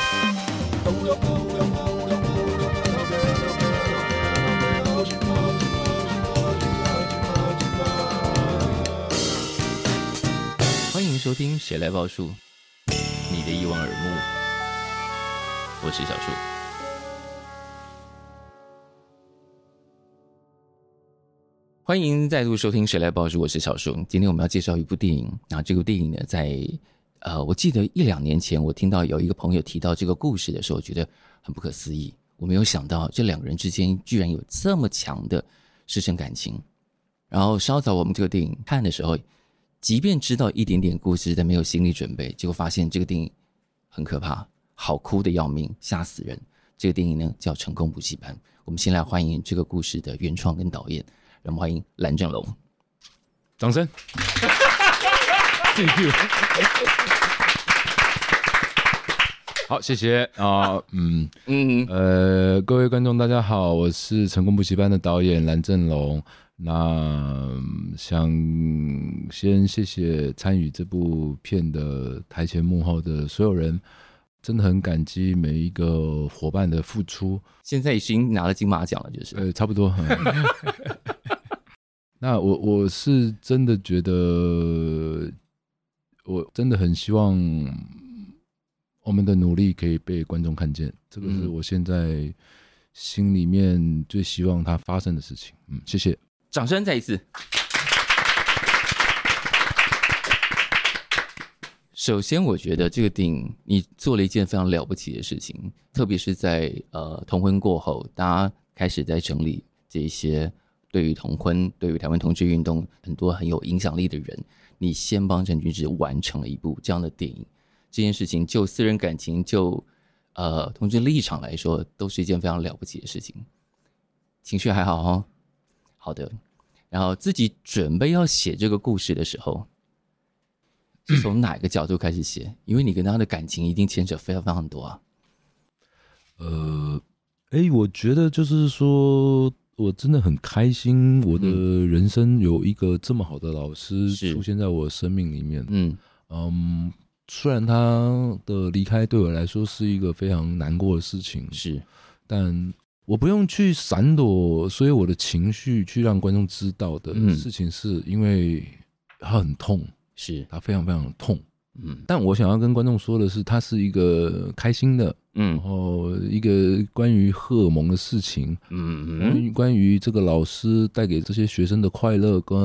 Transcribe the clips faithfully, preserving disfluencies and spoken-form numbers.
欢迎收听《谁来报数》，你的一望而目，我是小树。欢迎再度收听《谁来报数》，我是小树。今天我们要介绍一部电影，然后这部电影呢，在呃，我记得一两年前，我听到有一个朋友提到这个故事的时候，我觉得很不可思议。我没有想到这两个人之间居然有这么强的师生感情。然后稍早我们这个电影看的时候，即便知道一点点故事，但没有心理准备，结果发现这个电影很可怕，好哭的要命，吓死人。这个电影呢叫《成功补习班》。我们先来欢迎这个故事的原创跟导演，让我们欢迎蓝正龙， 掌声。好，谢谢啊，嗯嗯呃，各位观众大家好，我是成功补习班的导演蓝正龙。那想先谢谢参与这部片的台前幕后的所有人，真的很感激每一个伙伴的付出。 现在已经拿了金马奖了，就是呃，差不多。嗯、那我我是真的觉得，我真的很希望我们的努力可以被观众看见，这个是我现在心里面最希望它发生的事情。嗯，谢谢。 掌声再一次。首先我觉得这个电影你做了一件非常了不起的事情，特别是在呃同婚过后，大家开始在整理这些对于同婚对于台湾同志运动很多很有影响力的人，你先帮陈君志完成了一部这样的电影。这件事情就私人感情就呃同志立场来说都是一件非常了不起的事情。情绪还好哦？好的。然后自己准备要写这个故事的时候，是从哪个角度开始写？因为你跟他的感情一定牵扯非常非常多啊。 呃，哎，我觉得就是说，我真的很开心，我的人生有一个这么好的老师出现在我生命里面。嗯嗯，虽然他的离开对我来说是一个非常难过的事情，是，但我不用去闪躲，所以我的情绪去让观众知道的事情，是因为他很痛，是他非常非常的痛。嗯，但我想要跟观众说的是，它是一个开心的，嗯，然后一个关于荷尔蒙的事情，嗯嗯，关于这个老师带给这些学生的快乐跟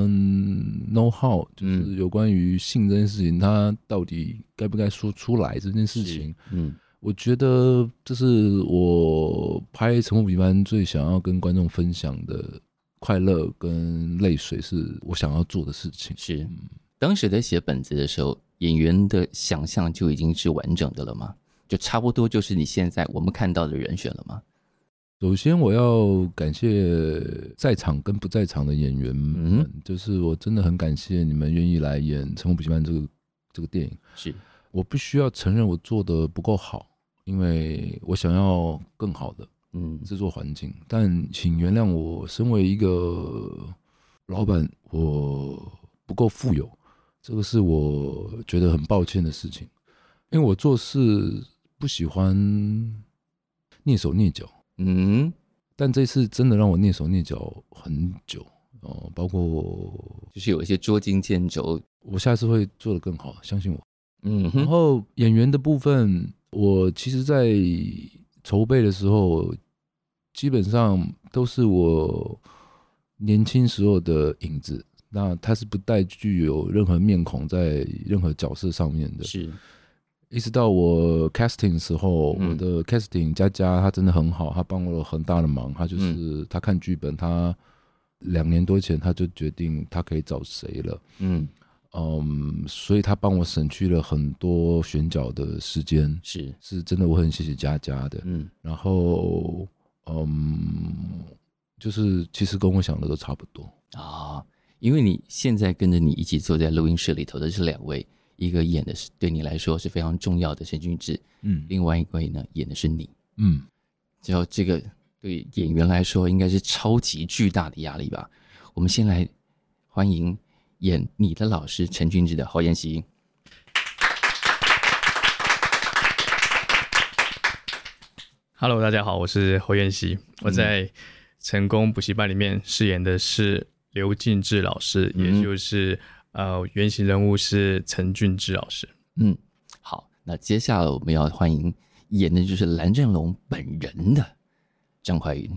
know how， 就是有关于性这件事情，他到底该不该说出来这件事情，嗯。我觉得这是我拍《成功补习班》最想要跟观众分享的快乐跟泪水，是我想要做的事情。是，嗯、 当时在写本子的时候，演员的想象就已经是完整的了吗？就差不多就是你现在我们看到的人选了吗？ 首先我要感谢在场跟不在场的演员们，嗯、就是我真的很感谢你们愿意来演《成功补习班》这个这个电影。是，我必须要承认我做的不够好。因为我想要更好的制作环境，嗯、但请原谅我，身为一个老板，我不够富有，这个是我觉得很抱歉的事情。因为我做事不喜欢蹑手蹑脚，嗯，但这次真的让我蹑手蹑脚很久哦，包括就是有一些捉襟见肘， 我下次会做得更好，相信我。嗯，然后演员的部分。我其实在筹备的时候，基本上都是我年轻时候的影子，那它是不带具有任何面孔在任何角色上面的。是，一直到我 casting 的时候，嗯、我的 casting 佳佳她真的很好，她帮我了很大的忙。她就是她、嗯、看剧本，她两年多前她就决定她可以找谁了。嗯。嗯，所以他帮我省去了很多选角的时间，是是真的，我很谢谢佳佳的。嗯，然后嗯，就是其实跟我想的都差不多啊，因为你现在跟着你一起坐在录音室里头的是两位，一个演的是对你来说是非常重要的陈君志，嗯，另外一位呢演的是你，嗯，然后这个对演员来说应该是超级巨大的压力吧。我们先来欢迎。演你的老师陈君志的侯妍希。 Hello， 大家好，我是侯彦希，我在成功补习班里面饰演的是刘敬志老师，嗯、也就是呃原型人物是陈俊志老师。 嗯，好，那接下来我们要欢迎演的就是蓝正龙本人的张怀云。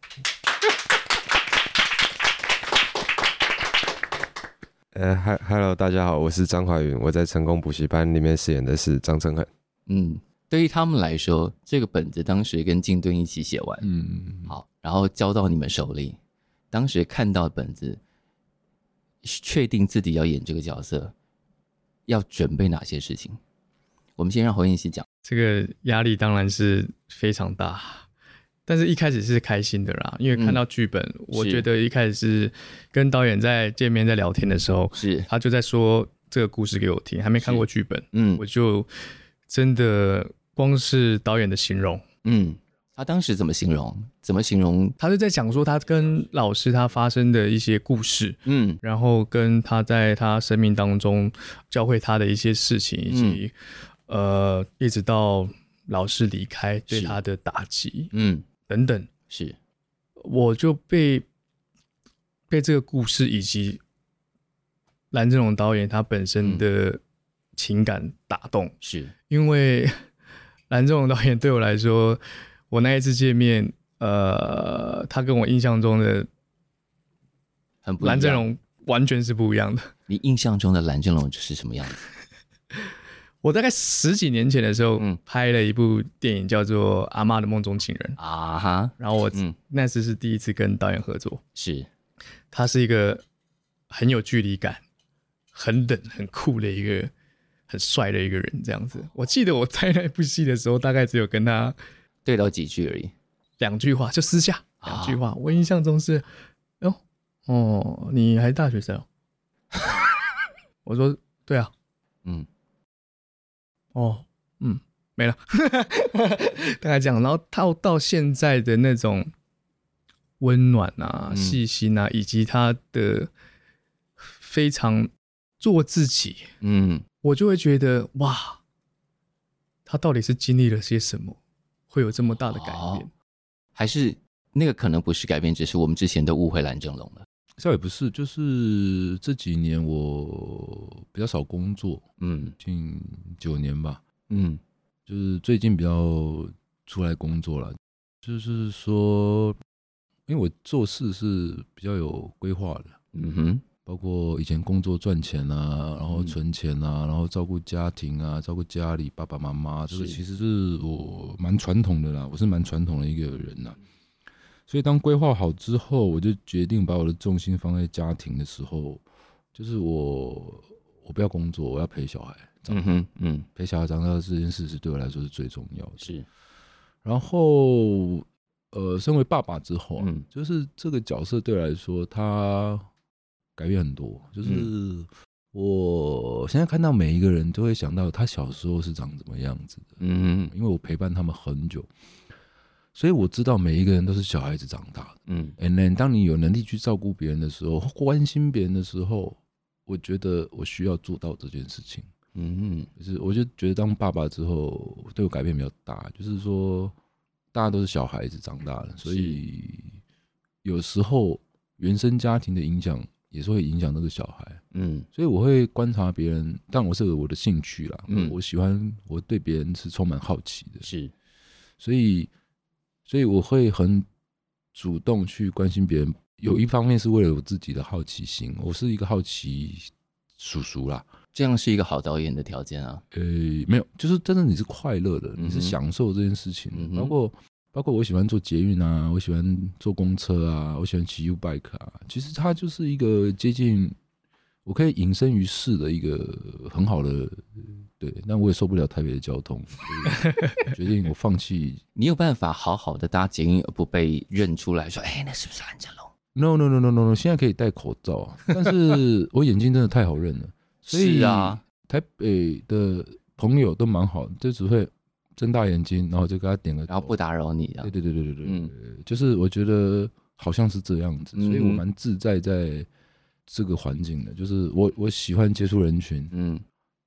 呃，嗨 ，Hello， 大家好，我是张怀云，我在成功补习班里面饰演的是张正恒。 嗯。对于他们来说，这个本子当时跟金敦一起写完，嗯，好，然后交到你们手里。当时看到本子，确定自己要演这个角色，要准备哪些事情？我们先让侯彦希讲。 这个压力当然是非常大，但是一开始是开心的啦，因为看到剧本，嗯、我觉得一开始是跟导演在见面在聊天的时候， 是他就在说这个故事给我听，还没看过剧本，嗯，我就真的。光是导演的形容， 嗯，他当时怎么形容？怎么形容？ 他是在讲说他跟老师他发生的一些故事，嗯，然后跟他在他生命当中教会他的一些事情，以及、嗯、呃，一直到老师离开对他的打击，嗯，等等， 是， 我就被被这个故事以及蓝正龙导演他本身的情感打动， 嗯、是因为。蓝正龙导演对我来说，我那一次见面，呃，他跟我印象中的很不一样， 蓝正龙完全是不一样的。 你印象中的蓝正龙是什么样子？ 我大概十几年前的时候，嗯、拍了一部电影叫做《阿嬷的梦中情人》啊哈，然后我、嗯、那次是第一次跟导演合作， 是， 他是一个很有距离感、很冷、很酷的一个。很帅的一个人，这样子。我记得我拍那部戏的时候，大概只有跟他对到几句而已， 两句话，就私下两句话。啊、我印象中是，哦哦，你还是大学生哦？我说对啊，嗯，哦，嗯，没了，大概这样。然后到到现在的那种温暖啊、细心啊，以及他的非常做自己，嗯。我就会觉得哇，他到底是经历了些什么，会有这么大的改变？哦、 还是那个可能不是改变，只是我们之前都误会蓝正龙了。 倒也不是，就是这几年我比较少工作，嗯，近九年吧，嗯，就是最近比较出来工作了，就是说，因为我做事是比较有规划的，嗯哼。包括以前工作赚钱啊，然后存钱啊，然后照顾家庭啊，照顾家里爸爸妈妈，这个其实是我蛮传统的啦，我是蛮传统的一个人啦。所以当规划好之后，我就决定把我的重心放在家庭的时候，就是我我不要工作，我要陪小孩长大，嗯哼，嗯，陪小孩长大这件事是对我来说是最重要的。 是， 然后呃，身为爸爸之后、啊嗯，就是这个角色对我来说，他。改变很多，就是我现在看到每一个人都会想到他小时候是长怎么样子的，嗯，因为我陪伴他们很久，所以我知道每一个人都是小孩子长大的，嗯 ，and then 当你有能力去照顾别人的时候，关心别人的时候，我觉得我需要做到这件事情，嗯，就是我就觉得当爸爸之后对我改变比较大，就是说大家都是小孩子长大的，所以有时候原生家庭的影响。也是会影响那个小孩，嗯，所以我会观察别人，但我是我的兴趣啦，嗯，我喜欢，我对别人是充满好奇的， 是， 所以，所以我会很主动去关心别人。有一方面是为了我自己的好奇心，我是一个好奇叔叔啦， 这样是一个好导演的条件啊。 呃，没有，就是真的你是快乐的，嗯、你是享受这件事情，嗯、包括。包括我喜欢坐捷运啊，我喜欢坐公车啊，我喜欢骑 U-Bike 啊，其实它就是一个接近我可以隐身于世的一个很好的，对，但我也受不了台北的交通，所以决定我放弃。 你有办法好好的搭捷运而不被认出来说，哎、欸，那是不是蓝正龙 ？No No No No No No， 现在可以戴口罩啊，但是我眼睛真的太好认了，所以啊，台北的朋友都蛮好的，就只会。睁大眼睛，然后就给他点个， 然后不打扰你的。 对对对对对对，嗯，就是我觉得好像是这样子，嗯、所以我蛮自在在这个环境的。就是我我喜欢接触人群，嗯，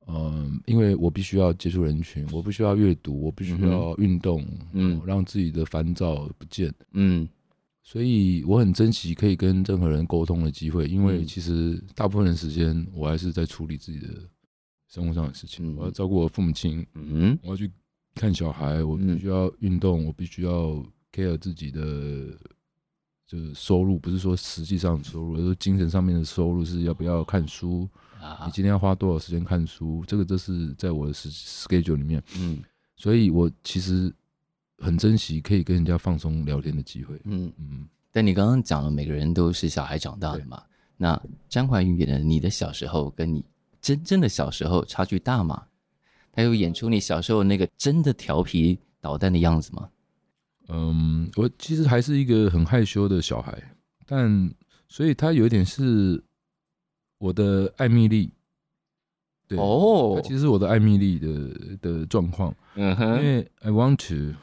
嗯，因为我必须要接触人群，我必须要阅读，我必须要运动，嗯，让自己的烦躁不见，嗯，所以我很珍惜可以跟任何人沟通的机会，因为其实大部分的时间我还是在处理自己的生活上的事情，嗯、我要照顾我父母亲，嗯，我要去看小孩，我必须要运动，我必须要 care 自己的就是收入，不是说实际上的收入，而是精神上面的收入，是要不要看书，啊、你今天要花多少时间看书，这个这是在我的 schedule 里面，嗯，所以我其实很珍惜可以跟人家放松聊天的机会，嗯嗯。但你刚刚讲了，每个人都是小孩长大的嘛，那张怀芸演的你的小时候跟你真正的小时候差距大吗？他有演出你小时候那个真的调皮捣蛋的样子吗？ 嗯，我其实还是一个很害羞的小孩，但所以他有一点是我的艾蜜莉，对，哦，他其实是我的艾蜜莉的的状况，嗯哼，因为 I want to,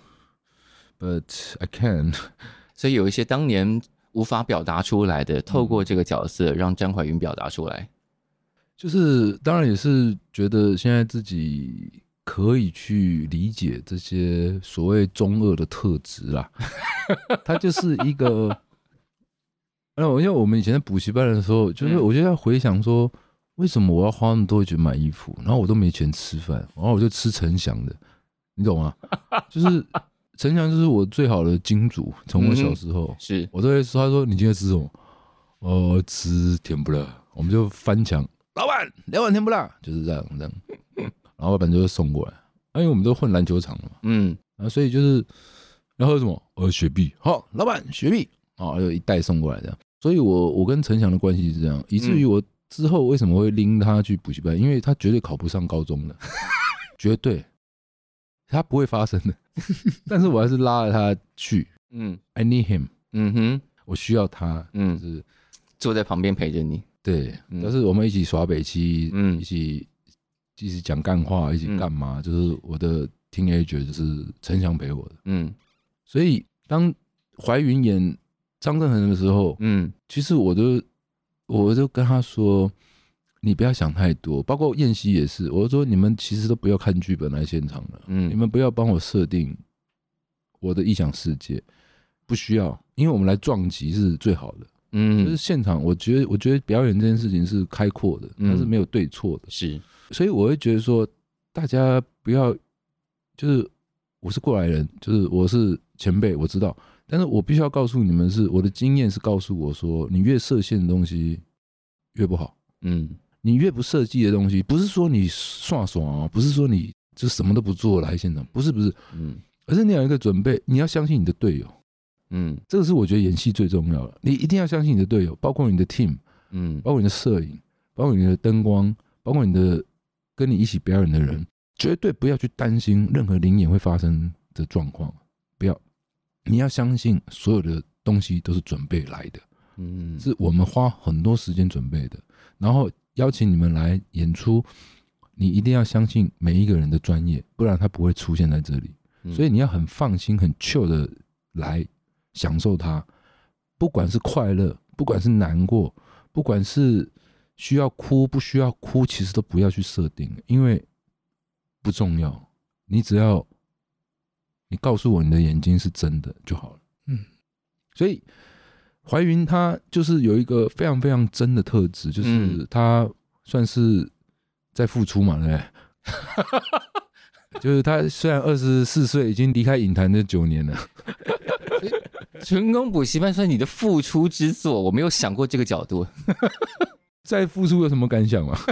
but I can't， 所以有一些当年无法表达出来的，透过这个角色让张怀芸表达出来。 就是当然也是觉得现在自己可以去理解这些所谓中二的特质啦，它就是一个，因为我们以前在补习班的时候，就是我就在回想说，为什么我要花那么多钱买衣服，然后我都没钱吃饭，然后我就吃陈翔的，你懂吗？就是陈翔就是我最好的金主，从我小时候，嗯、 是我都会说，他说你今天吃什么？哦，吃甜不辣，我们就翻墙。老板，两碗甜不辣，就是这样这样，然后老板就会送过来，啊、因为我们都混篮球场了嘛，嗯，然后所以就是要喝什么？呃，雪碧，好，老板雪碧，啊，就一袋送过来这样。所以我我跟陈翔的关系是这样，以至于我之后为什么会拎他去补习班，因为他绝对考不上高中的，绝对，他不会发生的，但是我还是拉了他去，嗯 ，I need him， 嗯哼，我需要他，嗯，就是坐在旁边陪着你。 对，但是我们一起耍北七，嗯，一起一起讲干话，一起干嘛？嗯、就是我的 teenager 就是陈翔陪我的，嗯，所以当怀芸演张正恒的时候，嗯，其实我就我就跟他说，你不要想太多，包括燕西也是，我就说你们其实都不要看剧本来现场了，嗯，你们不要帮我设定我的臆想世界，不需要，因为我们来撞击是最好的。嗯，就是现场，我觉得，我觉得表演这件事情是开阔的，它是没有对错的， 是， 所以我会觉得说，大家不要，就是我是过来人，就是我是前辈，我知道，但是我必须要告诉你们是，我的经验是告诉我说，你越设限的东西越不好，嗯，你越不设计的东西，不是说你耍爽啊，不是说你就什么都不做来现场，不是不是，嗯，而是你有一个准备，你要相信你的队友。嗯，这个是我觉得演戏最重要的，你一定要相信你的队友，包括你的 team， 嗯，包括你的摄影，包括你的灯光，包括你的跟你一起表演的人，绝对不要去担心任何灵演会发生的状况，不要，你要相信所有的东西都是准备来的，嗯，是我们花很多时间准备的，然后邀请你们来演出，你一定要相信每一个人的专业，不然他不会出现在这里，所以你要很放心、很 chill 的来。享受它，不管是快乐，不管是难过，不管是需要哭不需要哭，其实都不要去设定，因为不重要。你只要你告诉我你的眼睛是真的就好了。嗯，所以怀芸他就是有一个非常非常真的特质，就是他算是在付出嘛，对不对？就是他虽然二十四岁，已经离开影坛的九年了。 成功补习班算你的付出之作，我没有想过这个角度。 再付出有什么感想吗？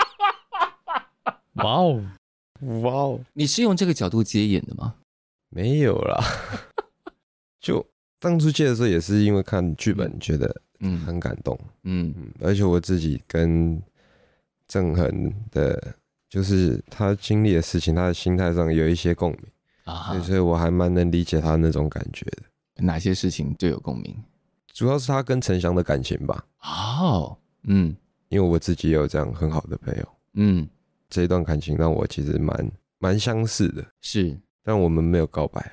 哇哦，哇哦！ 你是用这个角度接演的吗？ 没有啦，就当初接的时候也是因为看剧本觉得很感动，嗯嗯，而且我自己跟郑恒的，就是他经历的事情，他的心态上有一些共鸣啊，所以我还蛮能理解他那种感觉的。 哪些事情最有共鸣？ 主要是他跟陈翔的感情吧。 哦，嗯， 因为我自己也有这样很好的朋友，嗯，这一段感情让我其实蛮蛮相似的， 是， 但我们没有告白。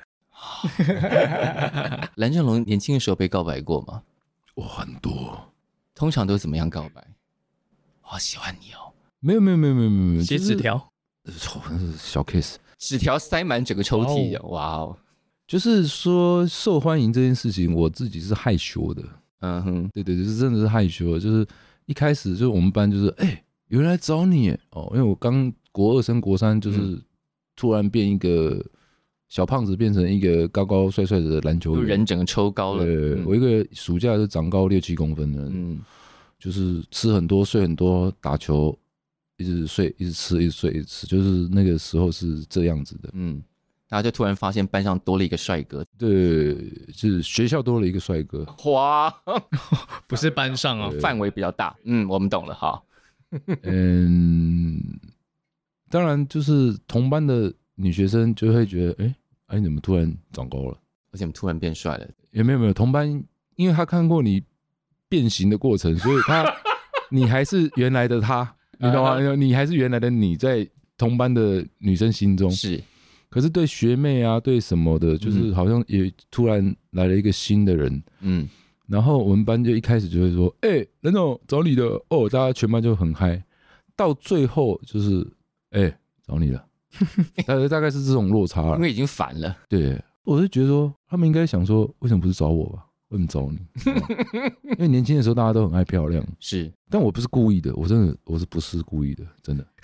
蓝正龙年轻的时候被告白过吗？ 我很多， 通常都怎么样告白？好喜欢你哦。 没有没有没有没有没有写纸条， 小 case， 纸条塞满整个抽屉，哇哦！ 就是说受欢迎这件事情，我自己是害羞的。嗯哼，对对，就是真的是害羞的。就是一开始就是我们班就是哎、欸，有人来找你哦，因为我刚国二升国三，就是突然变一个小胖子，变成一个高高帅帅的篮球员， 人整个抽高了。 对，嗯、我一个暑假就长高六七公分的，嗯，就是吃很多，睡很多，打球，一直睡，一直吃，一直睡，一直吃，就是那个时候是这样子的，嗯。 然后就突然发现班上多了一个帅哥， 对，是学校多了一个帅哥。 哇， 不是班上啊， 范围比较大。嗯，我们懂了哈。 嗯，当然就是同班的女学生就会觉得，哎、欸，哎、啊，你怎么突然长高了？ 而且突然变帅了？ 也没有没有，同班，因为他看过你变形的过程，所以他你还是原来的他，你懂吗？你还是原来的你，在同班的女生心中是。 可是对学妹啊，对什么的，就是好像也突然来了一个新的人，嗯，然后我们班就一开始就会说，哎、欸，任总找你的哦，大家全班就很嗨，到最后就是，哎、欸，找你了，大概大概是这种落差了， 因为已经烦了。 对，我就觉得说，他们应该想说，为什么不是找我吧？为什么找你？因为年轻的时候大家都很爱漂亮， 是， 但我不是故意的，我真的我是不是故意的，真的。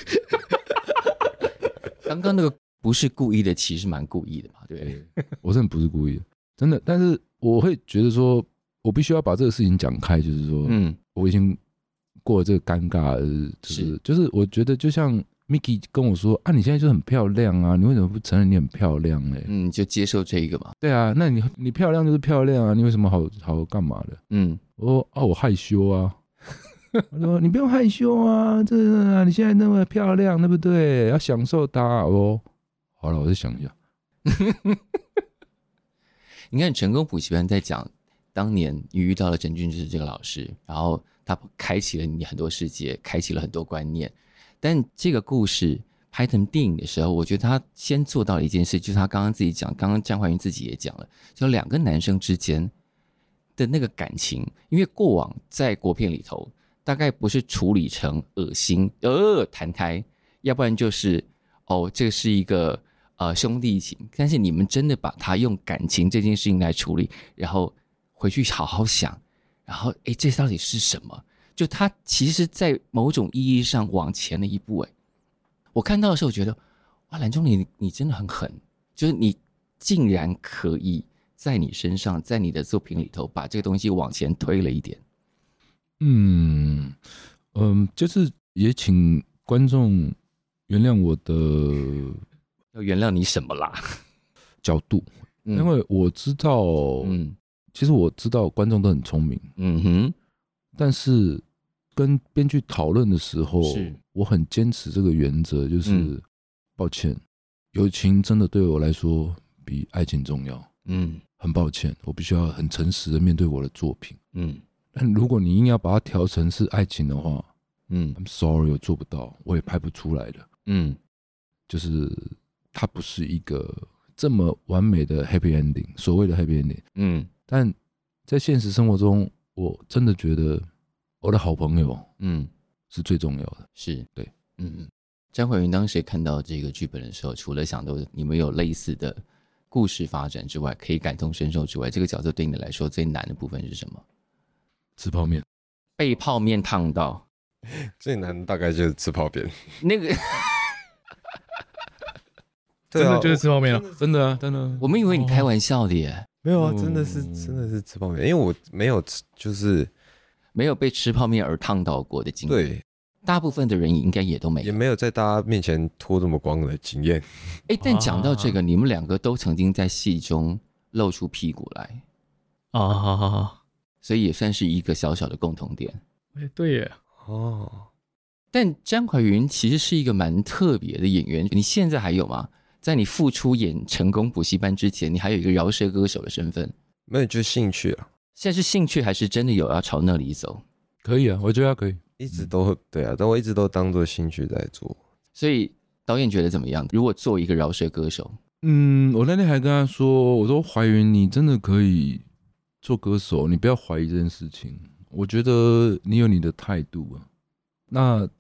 刚刚那个。不是故意的，其实蛮故意的嘛，对不对？ 我真的不是故意的，真的。但是我会觉得说，我必须要把这个事情讲开，就是说，嗯，我已经过了这个尴尬，就是就是我觉得，就像 Miki 跟我说啊，你现在就很漂亮啊，你为什么不承认你很漂亮呢？ 嗯，就接受这个嘛。 对啊，那你你漂亮就是漂亮啊，你为什么好好干嘛的？嗯，我说啊，我害羞啊。我说你不用害羞啊，这啊，你现在那么漂亮，对不对？要享受它哦。好了，我再想一下。 你看成功补习班在讲当年你遇到了陈俊志这个老师，然后他开启了你很多世界，开启了很多观念。但这个故事拍成电影的时候，我觉得他先做到了一件事，就是他刚刚自己讲，刚刚张怀云自己也讲了，就两个男生之间的那个感情，因为过往在国片里头大概不是处理成恶心呃谈胎，要不然就是哦这是一个呃兄弟情，但是你们真的把它用感情这件事情来处理，然后回去好好想，然后诶这到底是什么？就他其实在某种意义上往前了一步。诶我看到的时候觉得哇，蓝中你你真的很狠，就是你竟然可以在你身上，在你的作品里头把这个东西往前推了一点。 嗯嗯，就是也请观众原谅我的， 要原谅你什么啦？ 角度，嗯、因为我知道，嗯，其实我知道观众都很聪明，嗯哼，但是跟编剧讨论的时候，我很坚持这个原则，就是、嗯、抱歉，友情真的对我来说比爱情重要，嗯，很抱歉，我必须要很诚实的面对我的作品，嗯。但如果你硬要把它调成是爱情的话，嗯 ，I'm sorry， 我做不到，我也拍不出来的。嗯，就是它不是一个这么完美的 happy ending， 所谓的 happy ending。嗯，但在现实生活中，我真的觉得我的好朋友，嗯，是最重要的。 是对， 嗯嗯。张怀云当时看到这个剧本的时候，除了想到你们有类似的故事发展之外，可以感同身受之外，这个角色对你来说最难的部分是什么？ 吃泡面， 被泡面烫到， 最难大概就是吃泡面。 那个真的就是吃泡面了， 真的啊，真的。 我们以为你开玩笑的耶， 没有啊，真的是真的是吃泡面，因为我没有吃，就是没有被吃泡面而烫到过的经验。 对， 大部分的人应该也都没有， 也没有在大家面前脱这么光的经验。 哎，但讲到这个，你们两个都曾经在戏中露出屁股来啊，好好好。 所以也算是一个小小的共同点。 哎，对耶， 哦。但张怀云其实是一个蛮特别的演员，你现在还有吗？在你复出演成功补习班之前，你还有一个饶舌歌手的身份。 没有，就是兴趣啊。 现在是兴趣还是真的有要朝那里走？ 可以啊，我觉得可以， 一直都对啊，但我一直都当做兴趣在做。 所以导演觉得怎么样？如果做一个饶舌歌手， 嗯，我那天还跟他说，我说怀云，你真的可以做歌手，你不要怀疑这件事情。我觉得你有你的态度啊。那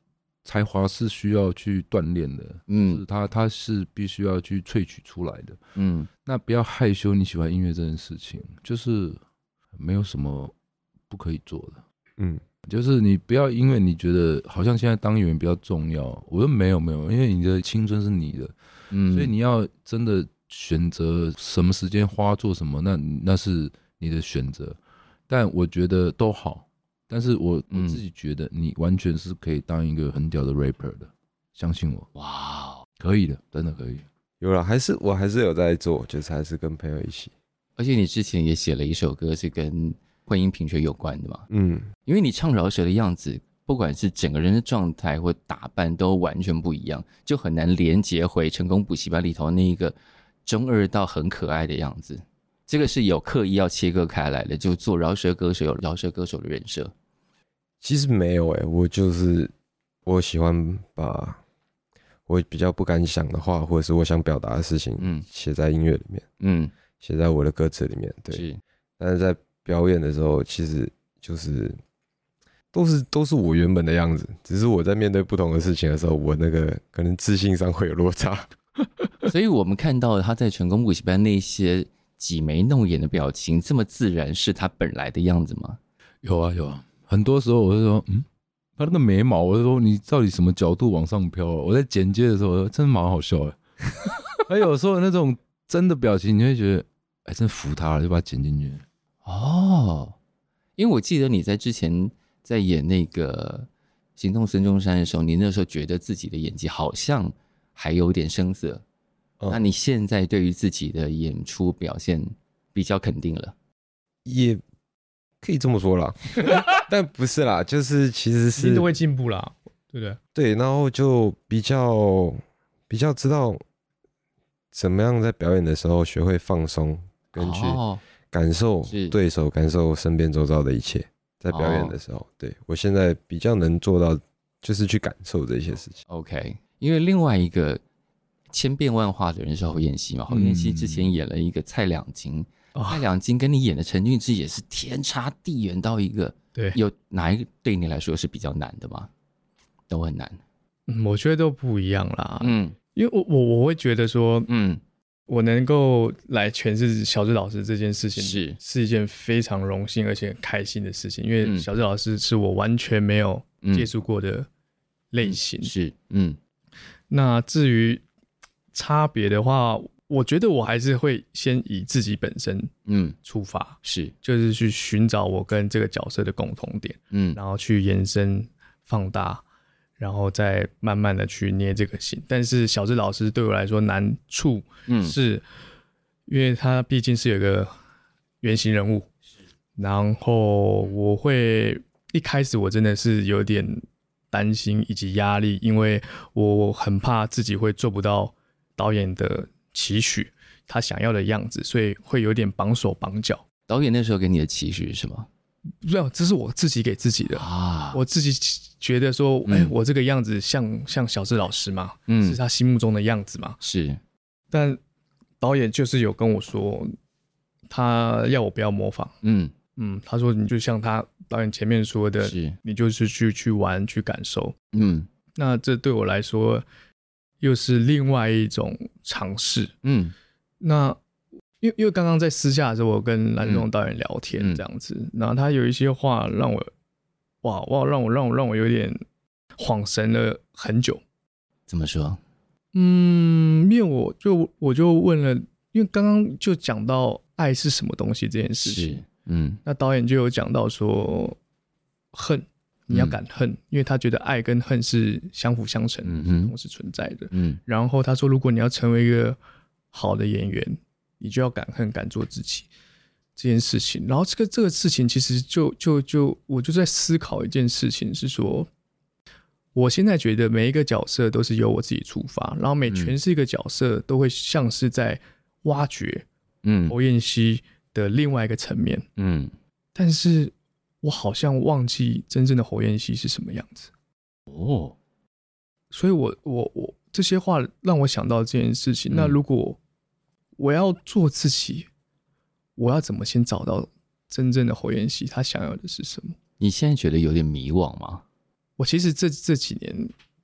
才华是需要去锻炼的，嗯，它它是必须要去萃取出来的，嗯，那不要害羞，你喜欢音乐这件事情，就是没有什么不可以做的，嗯，就是你不要因为你觉得好像现在当演员比较重要，我说没有没有，因为你的青春是你的，嗯，所以你要真的选择什么时间花做什么，那那是你的选择，但我觉得都好。但是我我自己觉得你完全是可以当一个很屌的 rapper 的，相信我，哇，可以的，真的可以。 有了，还是我还是有在做，就是还是跟朋友一起。 而且你之前也写了一首歌是跟婚姻平权有关的嘛？嗯，因为你唱饶舌的样子，不管是整个人的状态或打扮都完全不一样，就很难连接回成功补习班里头那一个中二到很可爱的样子。这个是有刻意要切割开来的，就做饶舌歌手有饶舌歌手的人设。 其实没有诶、欸，我就是我喜欢把我比较不敢想的话，或者是我想表达的事情，嗯，写在音乐里面，嗯，写在我的歌词里面，对。是。但是在表演的时候，其实就是都是都是我原本的样子，只是我在面对不同的事情的时候，我那个可能自信上会有落差。 所以我们看到他在成功补习班那些挤眉弄眼的表情这么自然，是他本来的样子吗？ 有啊有啊，很多时候我就说，嗯，他那个眉毛，我就说你到底什么角度往上飘啊？我在剪接的时候，真的蛮好笑的。还有时候那种真的表情，你会觉得，哎，真服他了，就把它剪进去。 哦，因为我记得你在之前在演那个《行动孙中山》的时候，你那时候觉得自己的演技好像还有点生涩。哦、那你现在对于自己的演出表现比较肯定了？ 也可以这么说啦，但不是啦，就是其实是都会进步啦，对不对？ 对，然后就比较比较知道怎么样在表演的时候学会放松，跟去感受对手，感受身边周遭的一切。在表演的时候，哦、对我现在比较能做到，就是去感受这些事情。 OK， 因为另外一个千变万化的人是侯彦希嘛，侯彦希之前演了一个蔡两金，嗯、蔡两金跟你演的陈俊志也是天差地远到一个， 对， 有哪一个对你来说是比较难的吗？都很难。 嗯，我觉得都不一样啦。嗯，因为我我我会觉得说，嗯，我能够来诠释小志老师这件事情是是一件非常荣幸而且很开心的事情，因为小志老师是我完全没有接触过的类型。嗯、 是，嗯， 那至于差别的话，我觉得我还是会先以自己本身嗯出发，嗯、 是就是去寻找我跟这个角色的共同点，嗯，然后去延伸放大，然后再慢慢的去捏这个形。但是小志老师对我来说难处是，因为他毕竟是有一个原型人物，然后我会一开始我真的是有点担心以及压力，因为我很怕自己会做不到导演的期许，他想要的样子，所以会有点绑手绑脚。 导演那时候给你的期许是什么？ 没有，这是我自己给自己的啊！我自己觉得说，哎、嗯欸，我这个样子像像小志老师嘛，嗯，是他心目中的样子嘛， 是。 但导演就是有跟我说，他要我不要模仿，嗯嗯，他说你就像他导演前面说的，是你就是去去玩去感受，嗯，那这对我来说又是另外一种尝试，嗯，那。因为因为刚刚在私下的时候，我跟蓝宗导演聊天这样子，嗯、然后他有一些话让我，哇哇，让我让我让我有点恍神了很久。 怎么说？ 嗯，因为我就我就问了，因为刚刚就讲到爱是什么东西这件事情，嗯，那导演就有讲到说，恨你要敢恨，嗯、因为他觉得爱跟恨是相辅相成，嗯、同时存在的，嗯，然后他说，如果你要成为一个好的演员。你就要敢恨敢做自己这件事情，然后这个这个事情其实就就就我就在思考一件事情，是说我现在觉得每一个角色都是由我自己出发，然后每诠释一个角色都会像是在挖掘嗯侯彦希的另外一个层面，嗯，但是我好像忘记真正的侯彦希是什么样子哦，所以我我我这些话让我想到这件事情，嗯、那如果我要做自己，我要怎么先找到真正的侯彦希他想要的是什么？ 你现在觉得有点迷惘吗？ 我其实这这几年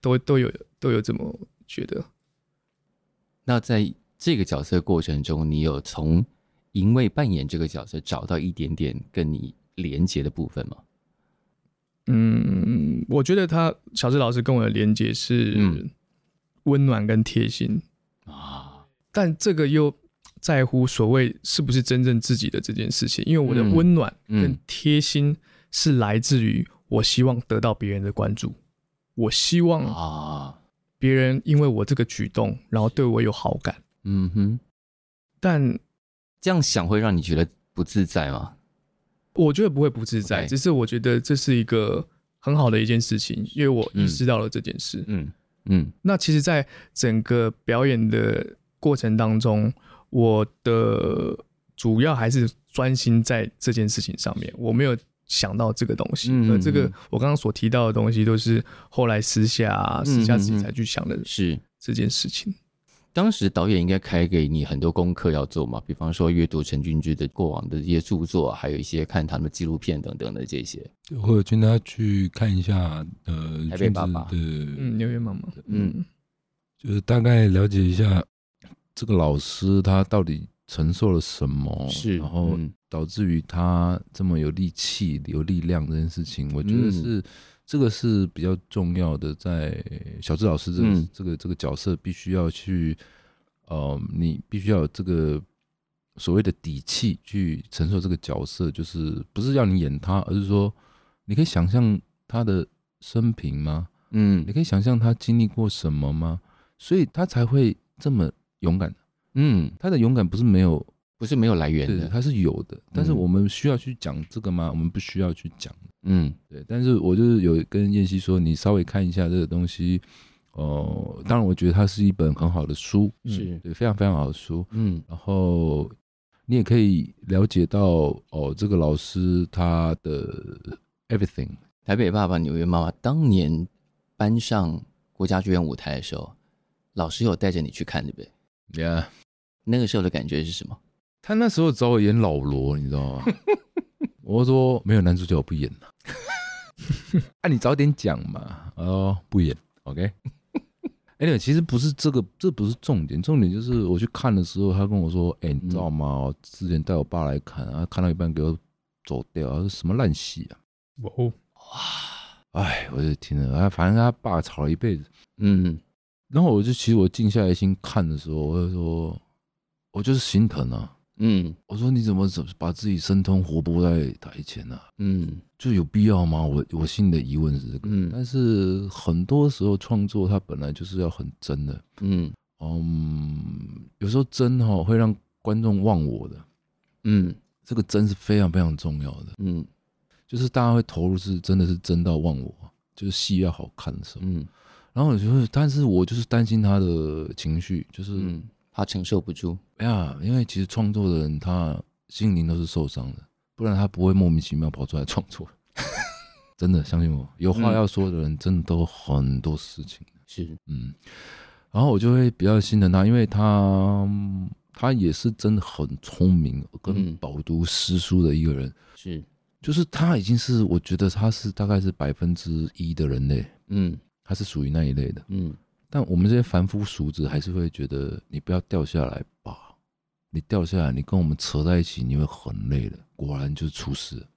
都都有都有这么觉得。 那在这个角色过程中，你有从因为扮演这个角色找到一点点跟你连结的部分吗？ 嗯，我觉得他小智老师跟我的连结是温暖跟贴心、嗯、啊，但这个又在乎所谓是不是真正自己的这件事情，因为我的温暖跟贴心是来自于我希望得到别人的关注，我希望啊别人因为我这个举动然后对我有好感。嗯哼，但这样想会让你觉得不自在吗？ 我觉得不会不自在， okay. 只是我觉得这是一个很好的一件事情，因为我意识到了这件事。嗯嗯，那其实在整个表演的过程当中，我的主要还是专心在这件事情上面，我没有想到这个东西。嗯嗯嗯，而这个我刚刚所提到的东西都是后来私下私下自己才去想的，是这件事情。 当时导演应该开给你很多功课要做嘛，比方说阅读陈俊之的过往的一些著作，还有一些看他们的纪录片等等的这些。 或者请他去看一下呃台北爸爸的嗯纽约妈妈，嗯， 就是大概了解一下这个老师他到底承受了什么，是，然后导致于他这么有力气有力量这件事情，我觉得是。嗯，这个是比较重要的，在小智老师这个、嗯、这个这个角色必须要去，呃，你必须要有这个所谓的底气去承受这个角色，就是不是要你演他，而是说你可以想象他的生平吗？嗯，你可以想象他经历过什么吗？所以他才会这么勇敢。嗯，他的勇敢不是没有。 不是没有来源的， 它是有的，但是我们需要去讲这个吗？我们不需要去讲。嗯，对。但是我就是有跟燕西说，你稍微看一下这个东西，哦、呃，当然我觉得它是一本很好的书，是对，非常非常好的书。嗯，然后你也可以了解到哦，这个老师他的 everything。 台北爸爸纽约妈妈当年搬上国家剧院舞台的时候，老师有带着你去看，对不对 ？Yeah， 那个时候的感觉是什么？ 他那时候找我演老罗，你知道吗？我说没有男主角我不演了。啊，你早点讲嘛。哦，不演 ，OK。anyway， 其实不是这个，这不是重点，重点就是我去看的时候，他跟我说：“哎、欸，你知道吗？我之前带我爸来看，啊，看到一半给我走掉，他说什么烂戏啊！”哇哇，哎，我就听了，反正他爸吵了一辈子，嗯。然后我就其实我静下来心看的时候，我就说，我就是心疼啊。嗯，我说你怎么把自己生吞活剥在台前啊？嗯，就有必要吗？我我心里的疑问是这个。嗯，但是很多时候创作它本来就是要很真的。嗯嗯，有时候真哈、哦、会让观众忘我的。嗯，这个真是非常非常重要的。嗯，就是大家会投入是真的是真到忘我，就是戏要好看的时候。嗯，然后我就会，但是我就是担心他的情绪，就是。嗯， 他承受不住呀，因为其实创作的人他心灵都是受伤的，不然他不会莫名其妙跑出来创作。真的相信我，有话要说的人真的都很多事情。是，嗯，然后我就会比较心疼他，因为他他也是真的很聪明跟饱读诗书的一个人。嗯、是，就是他已经是我觉得他是大概是百分之一的人类。嗯，他是属于那一类的。嗯。但我们这些凡夫俗子还是会觉得你不要掉下来吧，你掉下来你跟我们扯在一起你会很累的，果然就是出事了。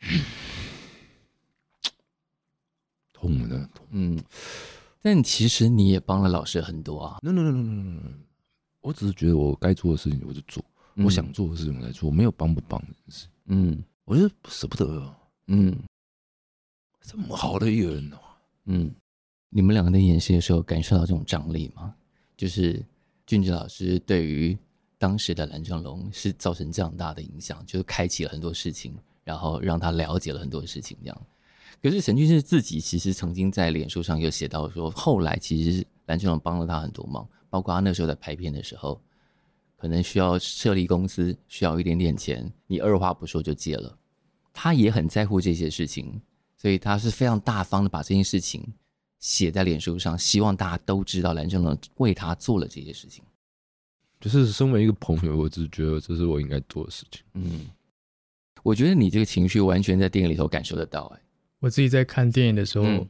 痛的痛。嗯， 但其实你也帮了老师很多啊。 no no no no no no， 我只是觉得我该做的事情我就做，嗯、我想做的事情我来做，我没有帮不帮的事。嗯，我就舍不得啊。嗯，这么好的一个人哦。嗯。 你们两个在演戏的时候感受到这种张力吗？就是俊之老师对于当时的蓝正龙是造成这样大的影响，就是开启了很多事情，然后让他了解了很多事情这样。可是陈俊之自己其实曾经在脸书上有写到说，后来其实蓝正龙帮了他很多忙，包括他那时候在拍片的时候，可能需要设立公司，需要一点点钱，你二话不说就借了。他也很在乎这些事情，所以他是非常大方的把这件事情写在脸书上，希望大家都知道蓝正龙为他做了这些事情。 就是身为一个朋友，我只觉得这是我应该做的事情。 嗯，我觉得你这个情绪完全在电影里头感受得到、欸。 我自己在看电影的时候，嗯、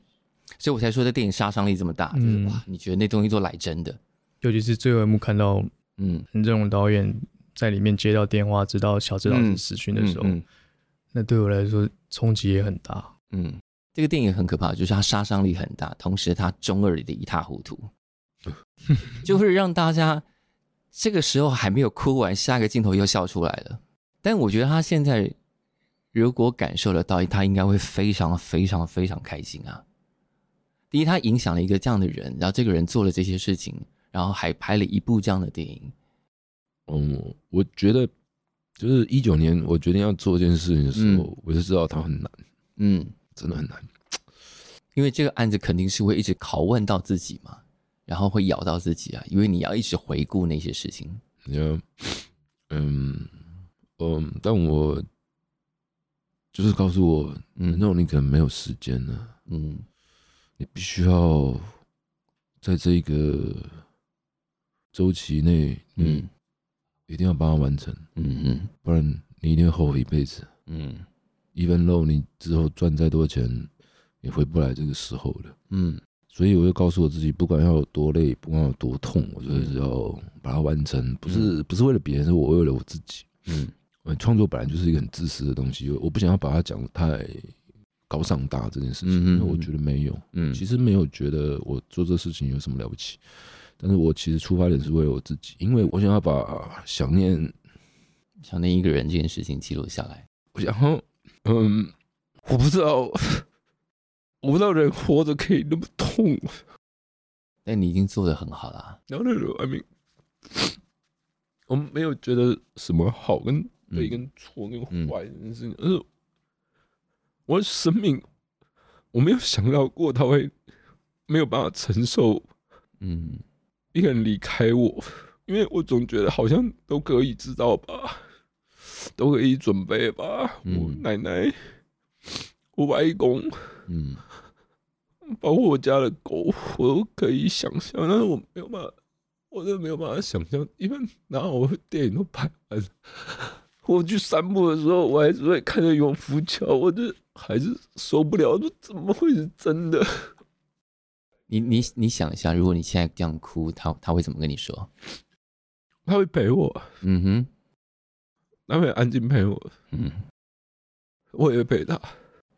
所以我才说这电影杀伤力这么大，嗯、就是哇，你觉得那东西都来真的， 尤其是最后一幕看到，嗯，任荣导演在里面接到电话，知道小智老师死讯的时候，嗯嗯嗯、那对我来说冲击也很大。 嗯，这个电影很可怕，就是它杀伤力很大，同时它中二的一塌糊涂，就会让大家这个时候还没有哭完，下一个镜头又笑出来了。但我觉得他现在如果感受得到，他应该会非常非常非常开心啊。第一，他影响了一个这样的人，然后这个人做了这些事情，然后还拍了一部这样的电影。 嗯，我觉得就是一九年我决定要做这件事情的时候，嗯、我就知道它很难，嗯，真的很难， 因为这个案子肯定是会一直拷问到自己嘛，然后会咬到自己啊，因为你要一直回顾那些事情。 Yeah, 嗯嗯，但我就是告诉我，嗯，那种你可能没有时间了，嗯，你必须要在这个周期内，嗯，一定要把它完成，嗯嗯，不然你一定会后悔一辈子，嗯 ，even though 你之后赚再多钱，也回不来这个时候了，嗯。所以我就告诉我自己，不管要有多累，不管有多痛，我就是要把它完成。不是不是为了别人，是我为了我自己。嗯，创作本来就是一个很自私的东西，我不想要把它讲太高尚大这件事情，因为我觉得没有。嗯，其实没有觉得我做这事情有什么了不起，但是我其实出发点是为了我自己，因为我想要把想念想念一个人这件事情记录下来。 我想要，嗯，我不知道。我不知道人活着可以那么痛， 但你已经做得很好了。 然后那种 I mean， 我没有觉得什么好跟对跟错跟坏这件事情，而是我的生命，我没有想到过他会没有办法承受，嗯，一个人离开我，因为我总觉得好像都可以知道吧，都可以准备吧，嗯、我奶奶。我外公，嗯，包括我家的狗，我都可以想象，但是我没有办法，我真的没有办法想象，因为然后我电影都拍完，我去散步的时候，我还是会看着永福桥，我就还是受不了，说怎么会是真的？ 你你你想一下，如果你现在这样哭，他他会怎么跟你说？ 他会陪我，嗯哼，他会安静陪我，嗯，我也会陪他。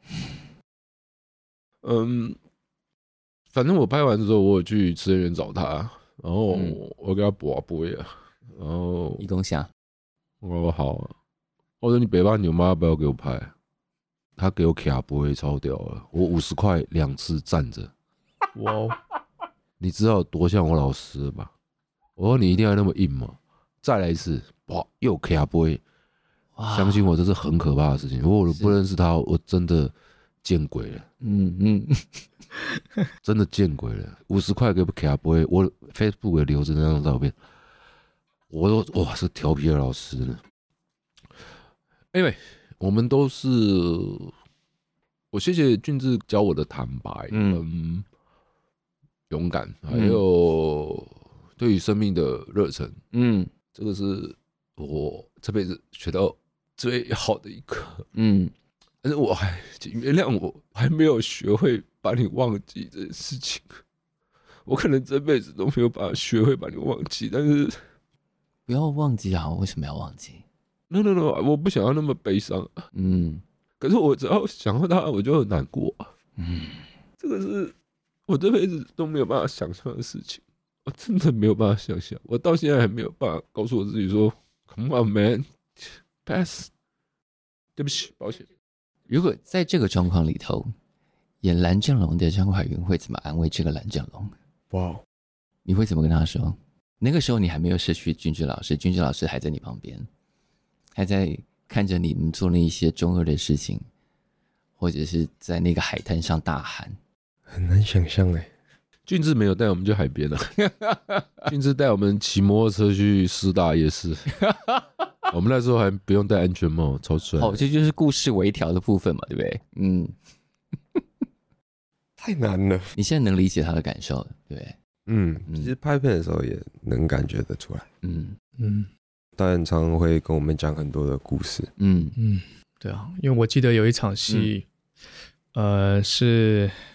嗯，反正我拍完之后，我有去慈恩园找他，然后我给他拔杯啊，然后一共下， 我说好、啊，我说你北巴牛妈要不要给我拍？他给我卡杯超屌了，我五十块两次站着，哇，你知道多像我老师了吧？我说你一定要那么硬吗？再来一次，哇，又卡杯。相信我，这是很可怕的事情。如果我不认识他，我真的见鬼了。嗯嗯，真的见鬼了。五十块给不给他不会，我 Facebook 也留着那张照片。我都哇，是调皮的老师呢。Anyway， 我们都是，我谢谢俊志教我的坦白，嗯，勇敢，还有对于生命的热忱。嗯，这个是我这辈子学到最好的一课，嗯，但是我还原谅我，还没有学会把你忘记这件事情。我可能这辈子都没有办法学会把你忘记，但是不要忘记啊！为什么要忘记 ？No No No， 我不想要那么悲伤。嗯，可是我只要想到他，我就很难过。嗯，这个是我这辈子都没有办法想象的事情，我真的没有办法想象。我到现在还没有办法告诉我自己说 ，Come on man。pass， 对不起，抱歉。 如果在这个状况里头，演蓝正龙的张怀云会怎么安慰这个蓝正龙？哇，你会怎么跟他说？那个时候你还没有失去君志老师，君志老师还在你旁边，还在看着你们做那一些中二的事情，或者是在那个海滩上大喊， 很难想象哎。 俊志没有带我们去海边了，俊志带我们骑摩托车去师大夜市。我们那时候还不用戴安全帽，超帅。 哦，这就是故事微调的部分嘛，对不对？嗯， 太难了。 你现在能理解他的感受，对不对？ 嗯，其实拍片的时候也能感觉得出来。嗯嗯，导演常常会跟我们讲很多的故事。 嗯嗯，对啊，因为我记得有一场戏，嗯、呃，是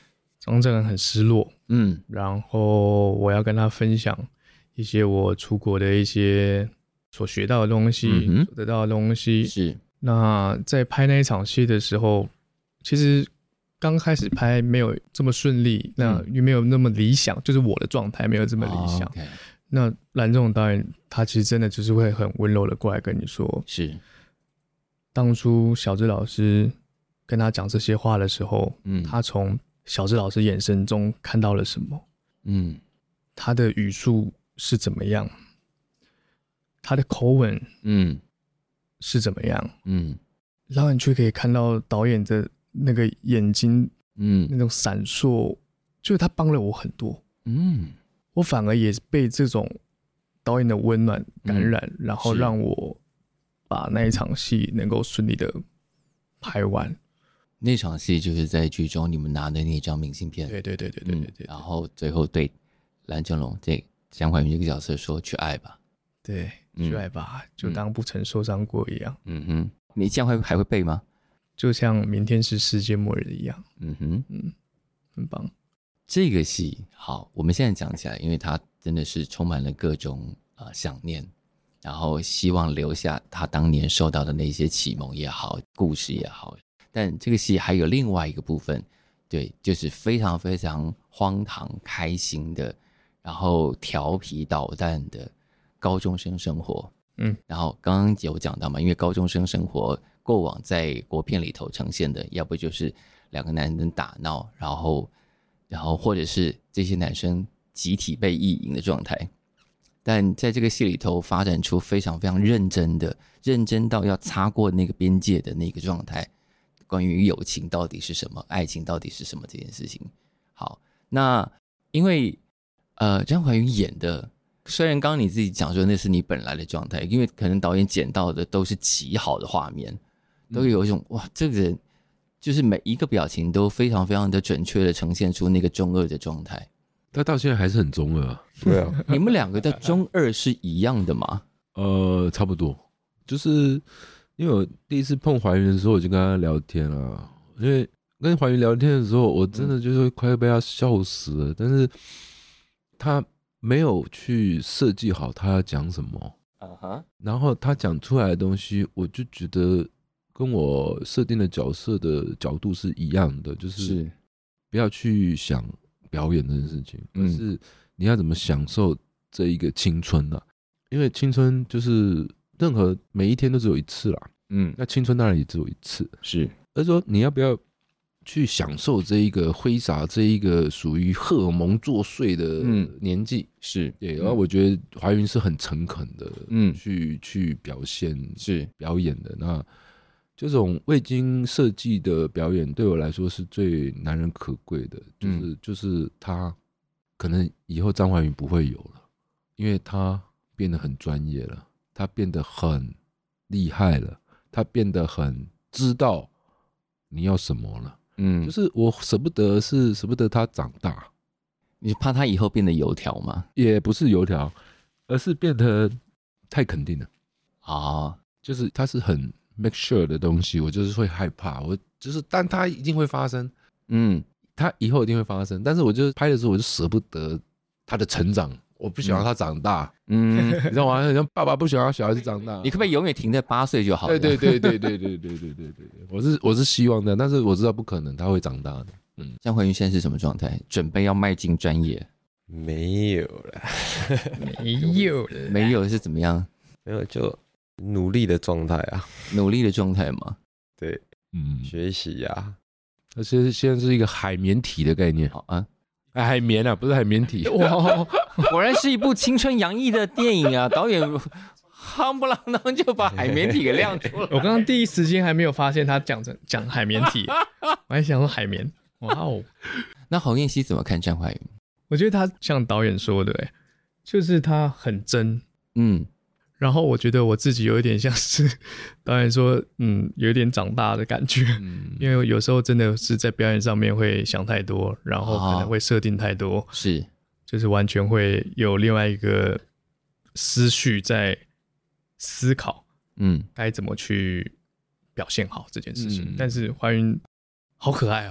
张正很失落，嗯，然后我要跟他分享一些我出国的一些所学到的东西，嗯、所得到的东西。 是。 那在拍那一场戏的时候，其实刚开始拍没有这么顺利，那也没有那么理想，就是我的状态没有这么理想。 哦 okay、 那蓝正龙导演他其实真的就是会很温柔的过来跟你说， 是当初小智老师跟他讲这些话的时候，嗯，他从小智老师眼神中看到了什么？嗯，他的语速是怎么样？他的口吻，嗯，是怎么样？嗯，然后你却可以看到导演的那个眼睛，嗯，那种闪烁，就是他帮了我很多。嗯，我反而也被这种导演的温暖感染，嗯、然后让我把那一场戏能够顺利的拍完。 那场戏就是在剧中你们拿的那张明信片， 对对对对对对 对, 对、嗯， 然后最后对蓝正龙这江怀云这个角色说：“去爱吧。” 对，去爱吧，嗯、就当不曾受伤过一样。 嗯哼，你这样会还会背吗？ 就像明天是世界末日一样。嗯哼，嗯，很棒。 这个戏好，我们现在讲起来，因为它真的是充满了各种呃想念，然后希望留下他当年受到的那些启蒙也好，故事也好。但这个戏还有另外一个部分，对，就是非常非常荒唐、开心的，然后调皮捣蛋的高中生生活。嗯，然后刚刚有讲到嘛，因为高中生生活过往在国片里头呈现的，要不就是两个男人打闹，然后，然后或者是这些男生集体被意淫的状态。但在这个戏里头发展出非常非常认真的，认真到要擦过那个边界的那个状态。关于友情到底是什么，爱情到底是什么这件事情。好，那因为呃张怀云演的，虽然刚刚你自己讲说那是你本来的状态，因为可能导演剪到的都是极好的画面，都有一种、嗯、哇，这个人就是每一个表情都非常非常的准确的呈现出那个中二的状态。 他到现在还是很中二啊。 对啊， 你们两个的中二是一样的吗？ 呃，差不多，就是因为我第一次碰怀云的时候，我就跟他聊天了。因为跟怀云聊天的时候，我真的就是快被他笑死了。嗯、但是他没有去设计好他要讲什么， uh-huh. 然后他讲出来的东西，我就觉得跟我设定的角色的角度是一样的，就是不要去想表演这件事情，而是你要怎么享受这一个青春啊？因为青春就是任何每一天都只有一次啦，嗯，那青春当然也只有一次， 是。 而说你要不要去享受这一个挥洒，这一个属于荷尔蒙作祟的年纪， 嗯、是对。然后我觉得怀云是很诚恳的，嗯，去去表现是表演的。那这种未经设计的表演，对我来说是最难能可贵的，就是、嗯、就是他可能以后张怀云不会有了，因为他变得很专业了，他变得很厉害了，他变得很知道你要什么了。嗯，就是我舍不得，是舍不得他长大。 你怕他以后变得油条吗？ 也不是油条，而是变得太肯定了啊。 就是他是很 make sure 的东西，我就是会害怕。我就是，但他一定会发生，嗯，他以后一定会发生。但是我就拍的时候，我就舍不得他的成长。我不想让他长大，嗯，你知道吗？像爸爸不想让小孩子长大， 你可不可以永远停在八岁就好了？ 对对对对对对对对对对对，我是我是希望的，但是我知道不可能，他会长大的。嗯， 江怀云现在是什么状态？准备要迈进专业？ 没有了， 没有了， 没有是怎么样？ 没有就努力的状态啊， 努力的状态嘛。 对，嗯，学习呀、啊， 而且现在是一个海绵体的概念，好啊。海绵啊，不是海绵体。 哇，果然是一部青春洋溢的电影啊！导演夯不啷当就把海绵体给亮出来。 我刚刚第一时间还没有发现他讲成讲海绵体，我还想说海绵。哇哦！ 那侯彦希怎么看张怀云？ 我觉得他像导演说的、欸，就是他很真，嗯。然后我觉得我自己有一点像是导演说，嗯，有一点长大的感觉，嗯，因为有时候真的是在表演上面会想太多，然后可能会设定太多，哦、 是， 就是完全会有另外一个思绪在思考，嗯，该怎么去表现好这件事情。嗯、但是怀云好可爱哦，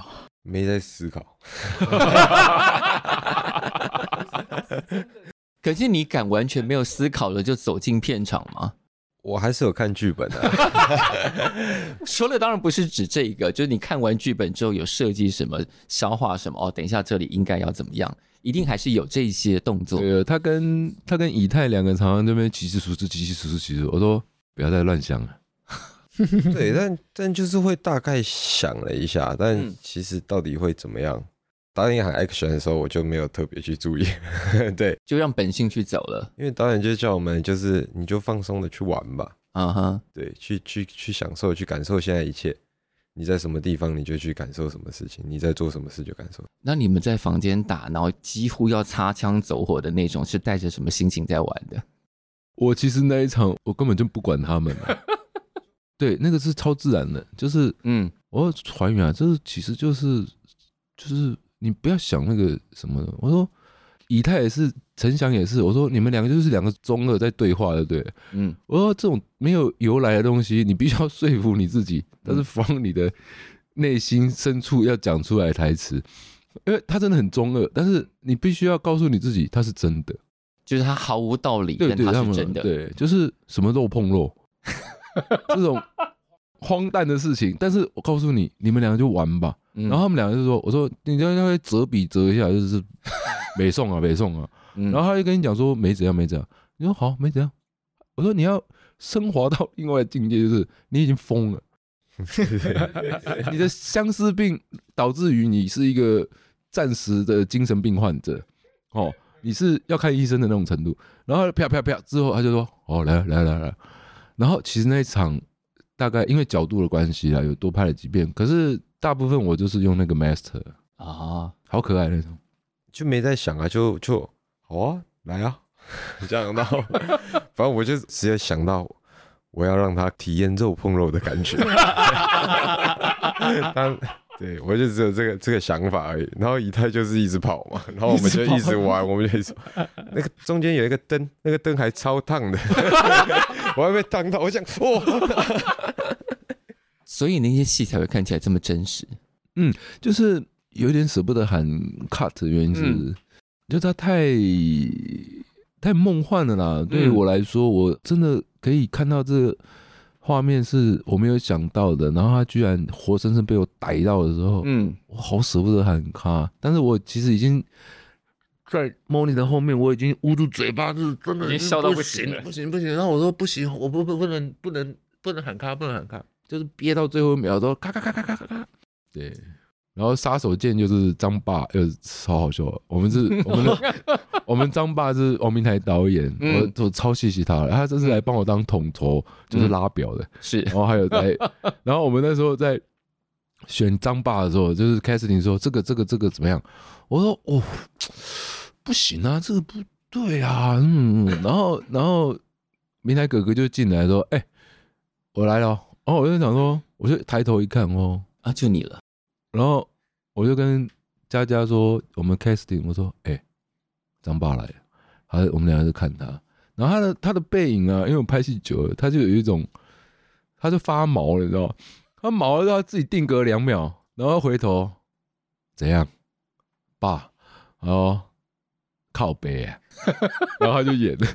没在思考。 可是你敢完全没有思考的就走进片场吗？ 我还是有看剧本的、啊。 说的当然不是指这个，就是你看完剧本之后有设计什么、消化什么哦，等一下这里应该要怎么样，一定还是有这些动作。 对，他跟他跟以太两个常常那边奇奇数数、奇奇数数、奇数，我说不要再乱想了。 对，但但就是会大概想了一下，但其实到底会怎么样？导演喊 action 的时候，我就没有特别去注意，对， 就让本性去走了。 因为导演就叫我们，就是你就放松的去玩吧， 啊哈， 对，去去去享受，去感受现在一切。你在什么地方，你就去感受什么事情；你在做什么事就感受。 那你们在房间打，然后几乎要擦枪走火的那种，是带着什么心情在玩的？ 我其实那一场，我根本就不管他们了。对，那个是超自然的，就是嗯，我还原啊，这其实就是就是。你不要想那个什么的，我说以太也是，陈翔也是，我说你们两个就是两个中二在对话，对不对？嗯，我说这种没有由来的东西，你必须要说服你自己，但是放你的内心深处要讲出来的台词，因为他真的很中二，但是你必须要告诉你自己他是真的， 就是他毫无道理， 对对， 但他是真的， 对，就是什么肉碰肉这种荒诞的事情，但是我告诉你，你们两个就玩吧。然后他们两个就说：“我说你这样会折笔折一下，就是没送啊，没送啊。嗯”然后他就跟你讲说：“没怎样，没怎样。”你说：“好，没怎样。”我说：“你要升华到另外的境界，就是你已经疯了，你的相思病导致于你是一个暂时的精神病患者，哦，你是要看医生的那种程度。”然后啪啪啪之后，他就说：“哦，来来来来。”然后其实那一场大概因为角度的关系啦，有多拍了几遍，可是。大部分我就是用那个 master 啊，好可爱那种， 就没在想啊，就就好啊，来啊，这样，然后反正我就直接想到我要让他体验肉碰肉的感觉，他对我就只有这个这个想法而已。然后以太就是一直跑嘛，然后我们就一直玩，我们就一直那个中间有一个灯，那个灯还超烫的，我还被烫到，我想哇。 所以那些戏才会看起来这么真实。 嗯，就是有点舍不得喊 cut 的原因是，嗯、就它太太梦幻了啦。嗯、对于我来说，我真的可以看到这个画面是我没有想到的，然后他居然活生生被我逮到的时候，嗯，我好舍不得喊卡。但是我其实已经在 Moni 的后面，我已经捂住嘴巴，就是真的已经笑到不行了， 不行不行。然后我说不行，我不不不能不能不能喊卡，不能喊卡。就是憋到最后一秒，都咔咔咔咔咔咔咔，对。然后杀手锏就是张爸，呃，超好笑。我们是，我们的，我们张爸是王明台导演，嗯、我我超谢谢他了。他这次来帮我当统筹，就是拉表的，嗯、 是。 然后还有在，然后我们那时候在选张爸的时候，就是 casting 说这个这个这个怎么样？我说哦，不行啊，这个不对啊，嗯。然后然后明台哥哥就进来说，哎、欸。我来了，然后我就想说，我就抬头一看，哦， 啊，就你了。 然后我就跟佳佳说，我们 casting， 我说，哎、欸，张爸来了，他我们两个就看他，然后他的他的背影啊，因为我拍戏久了，他就有一种，他就发毛了，你知道吗？他毛了，他自己定格两秒，然后回头，怎样，爸，然后靠北啊，然后他就演了。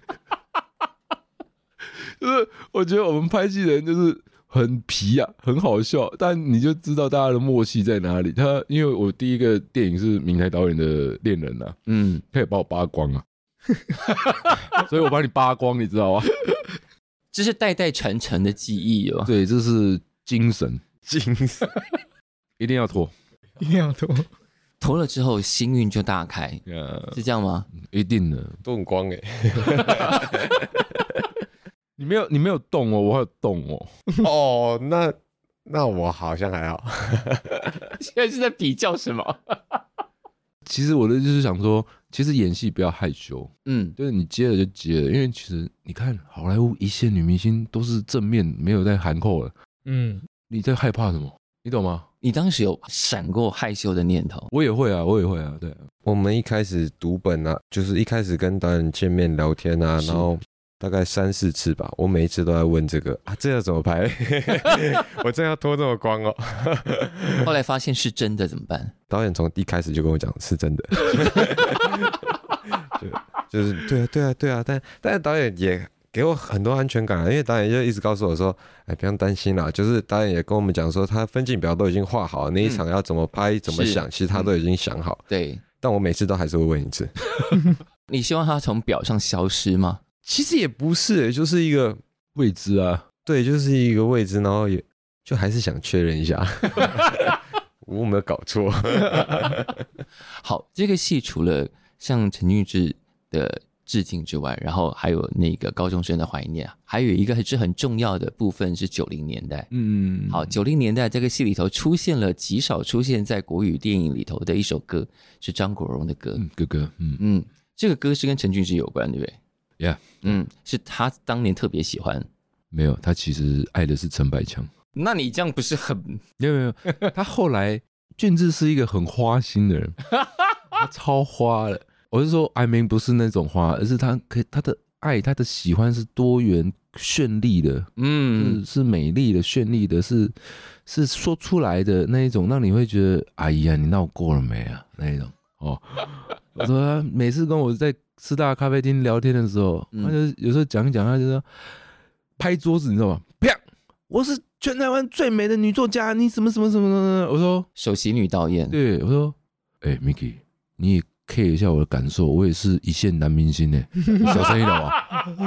就是我觉得我们拍戏的人就是很皮啊，很好笑，但你就知道大家的默契在哪里。他因为我第一个电影是明台导演的恋人啊，嗯，他也把我扒光啊，所以我把你扒光，你知道吗？ 这是代代传承的技艺哦。 对，这是精神， 精神一定要脱， 一定要脱， 脱了之后心运就大开， yeah, 是这样吗？ 一定的， 都很光哎、欸。 你没有，你没有动哦，我有动哦。 哦，那那我好像还好。 现在是在比较什么？ 其实我的就是想说，其实演戏不要害羞，嗯，就是你接了就接了，因为其实你看好莱坞一线女明星都是正面，没有在含扣了，嗯，你在害怕什么？你懂吗？ 你当时有闪过害羞的念头？ 我也会啊，我也会啊，对啊。 我们一开始读本啊，就是一开始跟导演见面聊天啊，然后大概三四次吧，我每一次都在问这个啊，这要怎么拍？我这要脱这么光哦。 后来发现是真的怎么办？ 导演从一开始就跟我讲是真的，就就是对啊对啊对啊，但但是导演也给我很多安全感，因为导演就一直告诉我说，哎，不用担心啦，就是导演也跟我们讲说，他分镜表都已经画好了，那一场要怎么拍、嗯、怎么想，其实他都已经想好。 对， 但我每次都还是会问一次。 你希望他从表上消失吗？ 其实也不是、欸，就是一个未知啊， 对，就是一个未知，然后也就还是想确认一下，我有没有搞错？ 好，这个戏除了像陈俊志的致敬之外，然后还有那个高中生的怀念，还有一个是很重要的部分是九零年代。嗯，好，九零年代这个戏里头出现了极少出现在国语电影里头的一首歌，是张国荣的歌。 嗯，哥哥，嗯嗯，这个歌是跟陈俊志有关，对不对？ Yeah， 嗯，是他当年特别喜欢。 没有，他其实爱的是陈百强。 那你这样不是很…… 没有没有，他后来俊志是一个很花心的人，他超花的。我是说，爱明不是那种花，而是他可以他的爱，他的喜欢是多元、绚丽的，嗯，是, 是美丽的、绚丽的，是是说出来的那一种，让你会觉得，哎呀，你闹过了没啊？那一种哦。我说他每次跟我在师大咖啡厅聊天的时候，嗯、他就有时候讲一讲，他就说拍桌子，你知道吗？啪！我是全台湾最美的女作家，你什么什么什么什么？我说首席女导演。 对，我说，哎、欸、，Miki， 你也 care 一下我的感受，我也是一线男明星呢，你小声一点吧。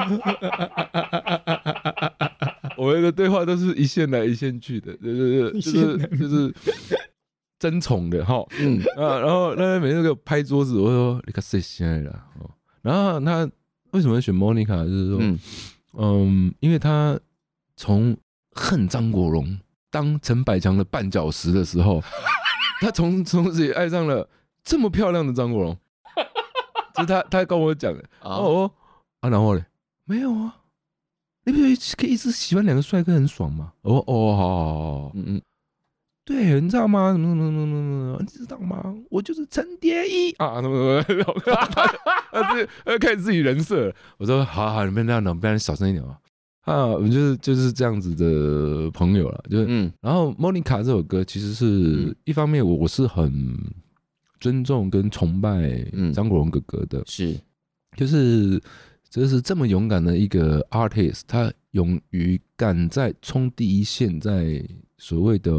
我们的对话都是一线来一线去的，就是就是就是。争宠的哈，嗯啊，然后那每次给我拍桌子，我说你看谁现在了哦。然后他为什么选 Monica， 就是说，嗯, 嗯，因为他从恨张国荣当陈百强的绊脚石的时候，他从从此也爱上了这么漂亮的张国荣，这是他他跟我讲的。哦啊，然后嘞，没有啊，你不是可以一直喜欢两个帅哥很爽吗？哦哦，好好好，嗯嗯。对，你知道吗？什么什么什么什么？你知道吗？我就是陈蝶衣啊！什么什么？他自他开始自己人设了。我说：好好，你们这样讲，不然小声一点啊！啊，我们就是就是这样子的朋友了。就是，嗯。然后《莫妮卡》这首歌，其实是、嗯、一方面我我是很尊重跟崇拜张国荣哥哥的， 是， 就是这是这么勇敢的一个 artist， 他勇于敢在冲第一线，在所谓的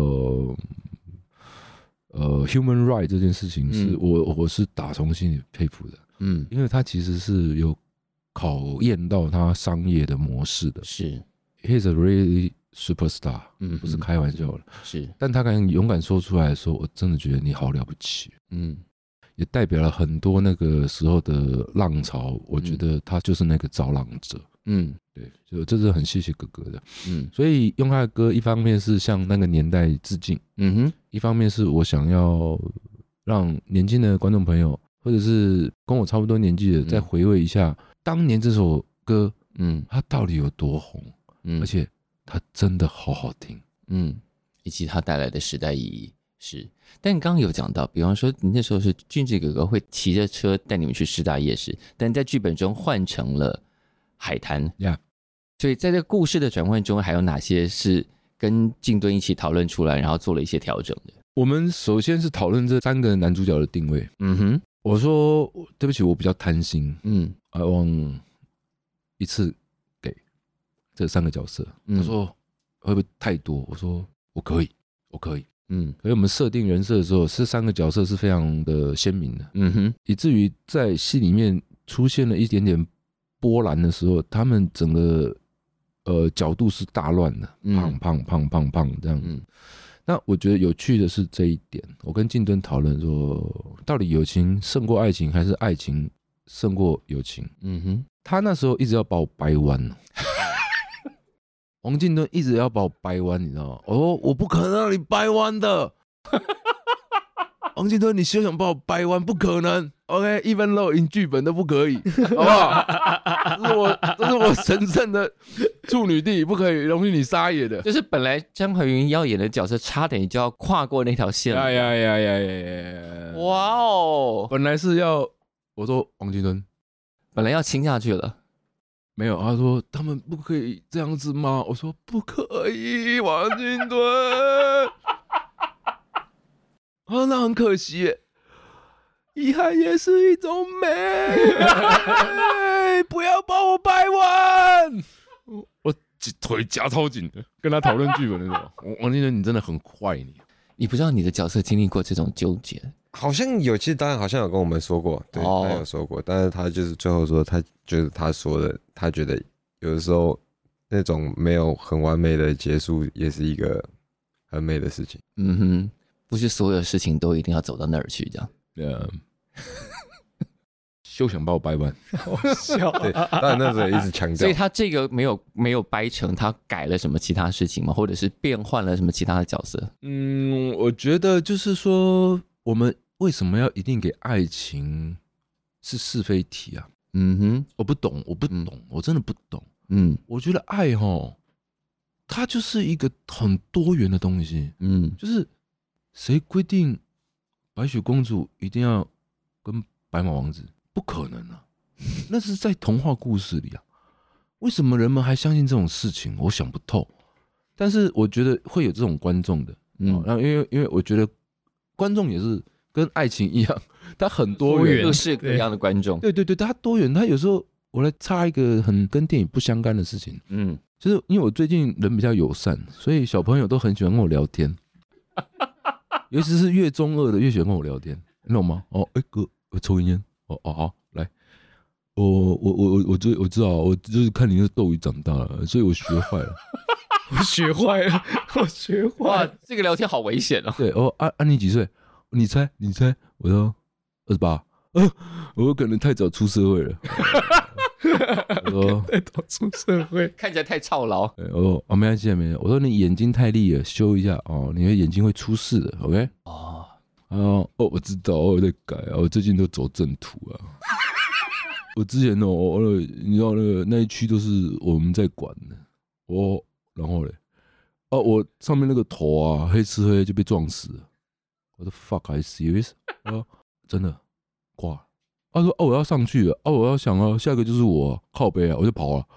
呃 human right 这件事情是，是、嗯、我我是打从心里佩服的，嗯，因为他其实是有考验到他商业的模式的， 是 ，he's a really superstar， 嗯，不是开玩笑的， 是， 但他敢勇敢说出来说，我真的觉得你好了不起，嗯，也代表了很多那个时候的浪潮，我觉得他就是那个造浪者。嗯，对，就这是很谢谢哥哥的，嗯，所以用他的歌，一方面是向那个年代致敬，嗯哼，一方面是我想要让年轻的观众朋友，或者是跟我差不多年纪的，再回味一下当年这首歌，嗯，它到底有多红，嗯，而且它真的好好听， 嗯，以及它带来的时代意义是。但你刚刚有讲到，比方说你那时候是俊志哥哥会骑着车带你们去师大夜市，但在剧本中换成了海滩， yeah. 所以在这个故事的转换中，还有哪些是跟静敦一起讨论出来，然后做了一些调整的？ 我们首先是讨论这三个男主角的定位。嗯哼，我说对不起，我比较贪心，嗯 ，I want 一次给这三个角色。嗯、他说会不会太多？我说我可以，我可以。嗯，所以我们设定人设的时候，这三个角色是非常的鲜明的。嗯哼，以至于在戏里面出现了一点点波澜的时候，他们整个呃角度是大乱的，胖胖胖胖胖这样。嗯，那我觉得有趣的是这一点，我跟静敦讨论说，到底友情胜过爱情，还是爱情胜过友情？嗯哼，他那时候一直要把我掰弯，王静敦一直要把我掰弯，你知道吗？我说我不可能让你掰弯的。王静敦，你休想把我掰弯，不可能。OK，even though in 剧本都不可以，好不好？这是我，这是我神圣的处女地，不可以容许你撒野的。 就是本来张和云要演的角色，差点就要跨过那条线了。 呀呀呀呀呀！ 哇哦！ 本来是要我说王静敦， 本来要亲下去了。 没有，他说他们不可以这样子吗？我说不可以，王金敦。他说那很可惜，遗憾也是一种美，不要把我掰弯。我腿夹超紧的，跟他讨论剧本的时候，王金敦你真的很坏你。 你不知道你的角色经历过这种纠结？ 好像有，其实当然好像有跟我们说过，对，哦、他有说过，但是他就是最后说，他就是他说的，他觉得有的时候那种没有很完美的结束，也是一个很美的事情。 嗯哼，不是所有事情都一定要走到那儿去，这样。 对啊。休想把我掰弯， 好笑。 对，当然那时候一直强调， 所以他这个没有没有掰成，他改了什么其他事情吗？或者是变换了什么其他的角色？ 嗯，我觉得就是说，我们为什么要一定给爱情是是非题啊？嗯哼，我不懂，我不懂，嗯、我真的不懂。嗯，我觉得爱齁，它就是一个很多元的东西。嗯，就是谁规定白雪公主一定要跟白马王子？不可能啊，那是在童话故事里啊。为什么人们还相信这种事情？我想不透。但是我觉得会有这种观众的，嗯，然后因为因为我觉得观众也是跟爱情一样，他很多元， 各式各样的观众。 对对对，他多元。他有时候我来插一个很跟电影不相干的事情，嗯，就是因为我最近人比较友善，所以小朋友都很喜欢跟我聊天，尤其是越中二的越喜欢跟我聊天，你懂吗？哦，哎、欸、哥，我抽根烟。哦哦好，来，我我我我我知我知道，我就是看你那斗鱼长大了，所以我学坏了， 我学坏了，我学坏了。 哇，这个聊天好危险哦。 对，哦，安、啊、安、啊、你几岁？你猜，你猜？我说二十八，呃，我可能太早出社会了。我说太早出社会， 看起来太操劳。 我说哦，没关系，没关系。我说你眼睛太利了，修一下哦，你的眼睛会出事的。OK？ 哦。哦哦，我知道，我在改啊，我最近都走正途啊。我之前哦，你知道那个那一区都是我们在管的，哦，然后嘞，啊，我上面那个头啊，黑吃黑就被撞死了。我的 fuck， I serious？ 啊，真的挂了。他说哦，我要上去了，哦，我要想啊，下一个就是我、啊、靠背啊，我就跑了。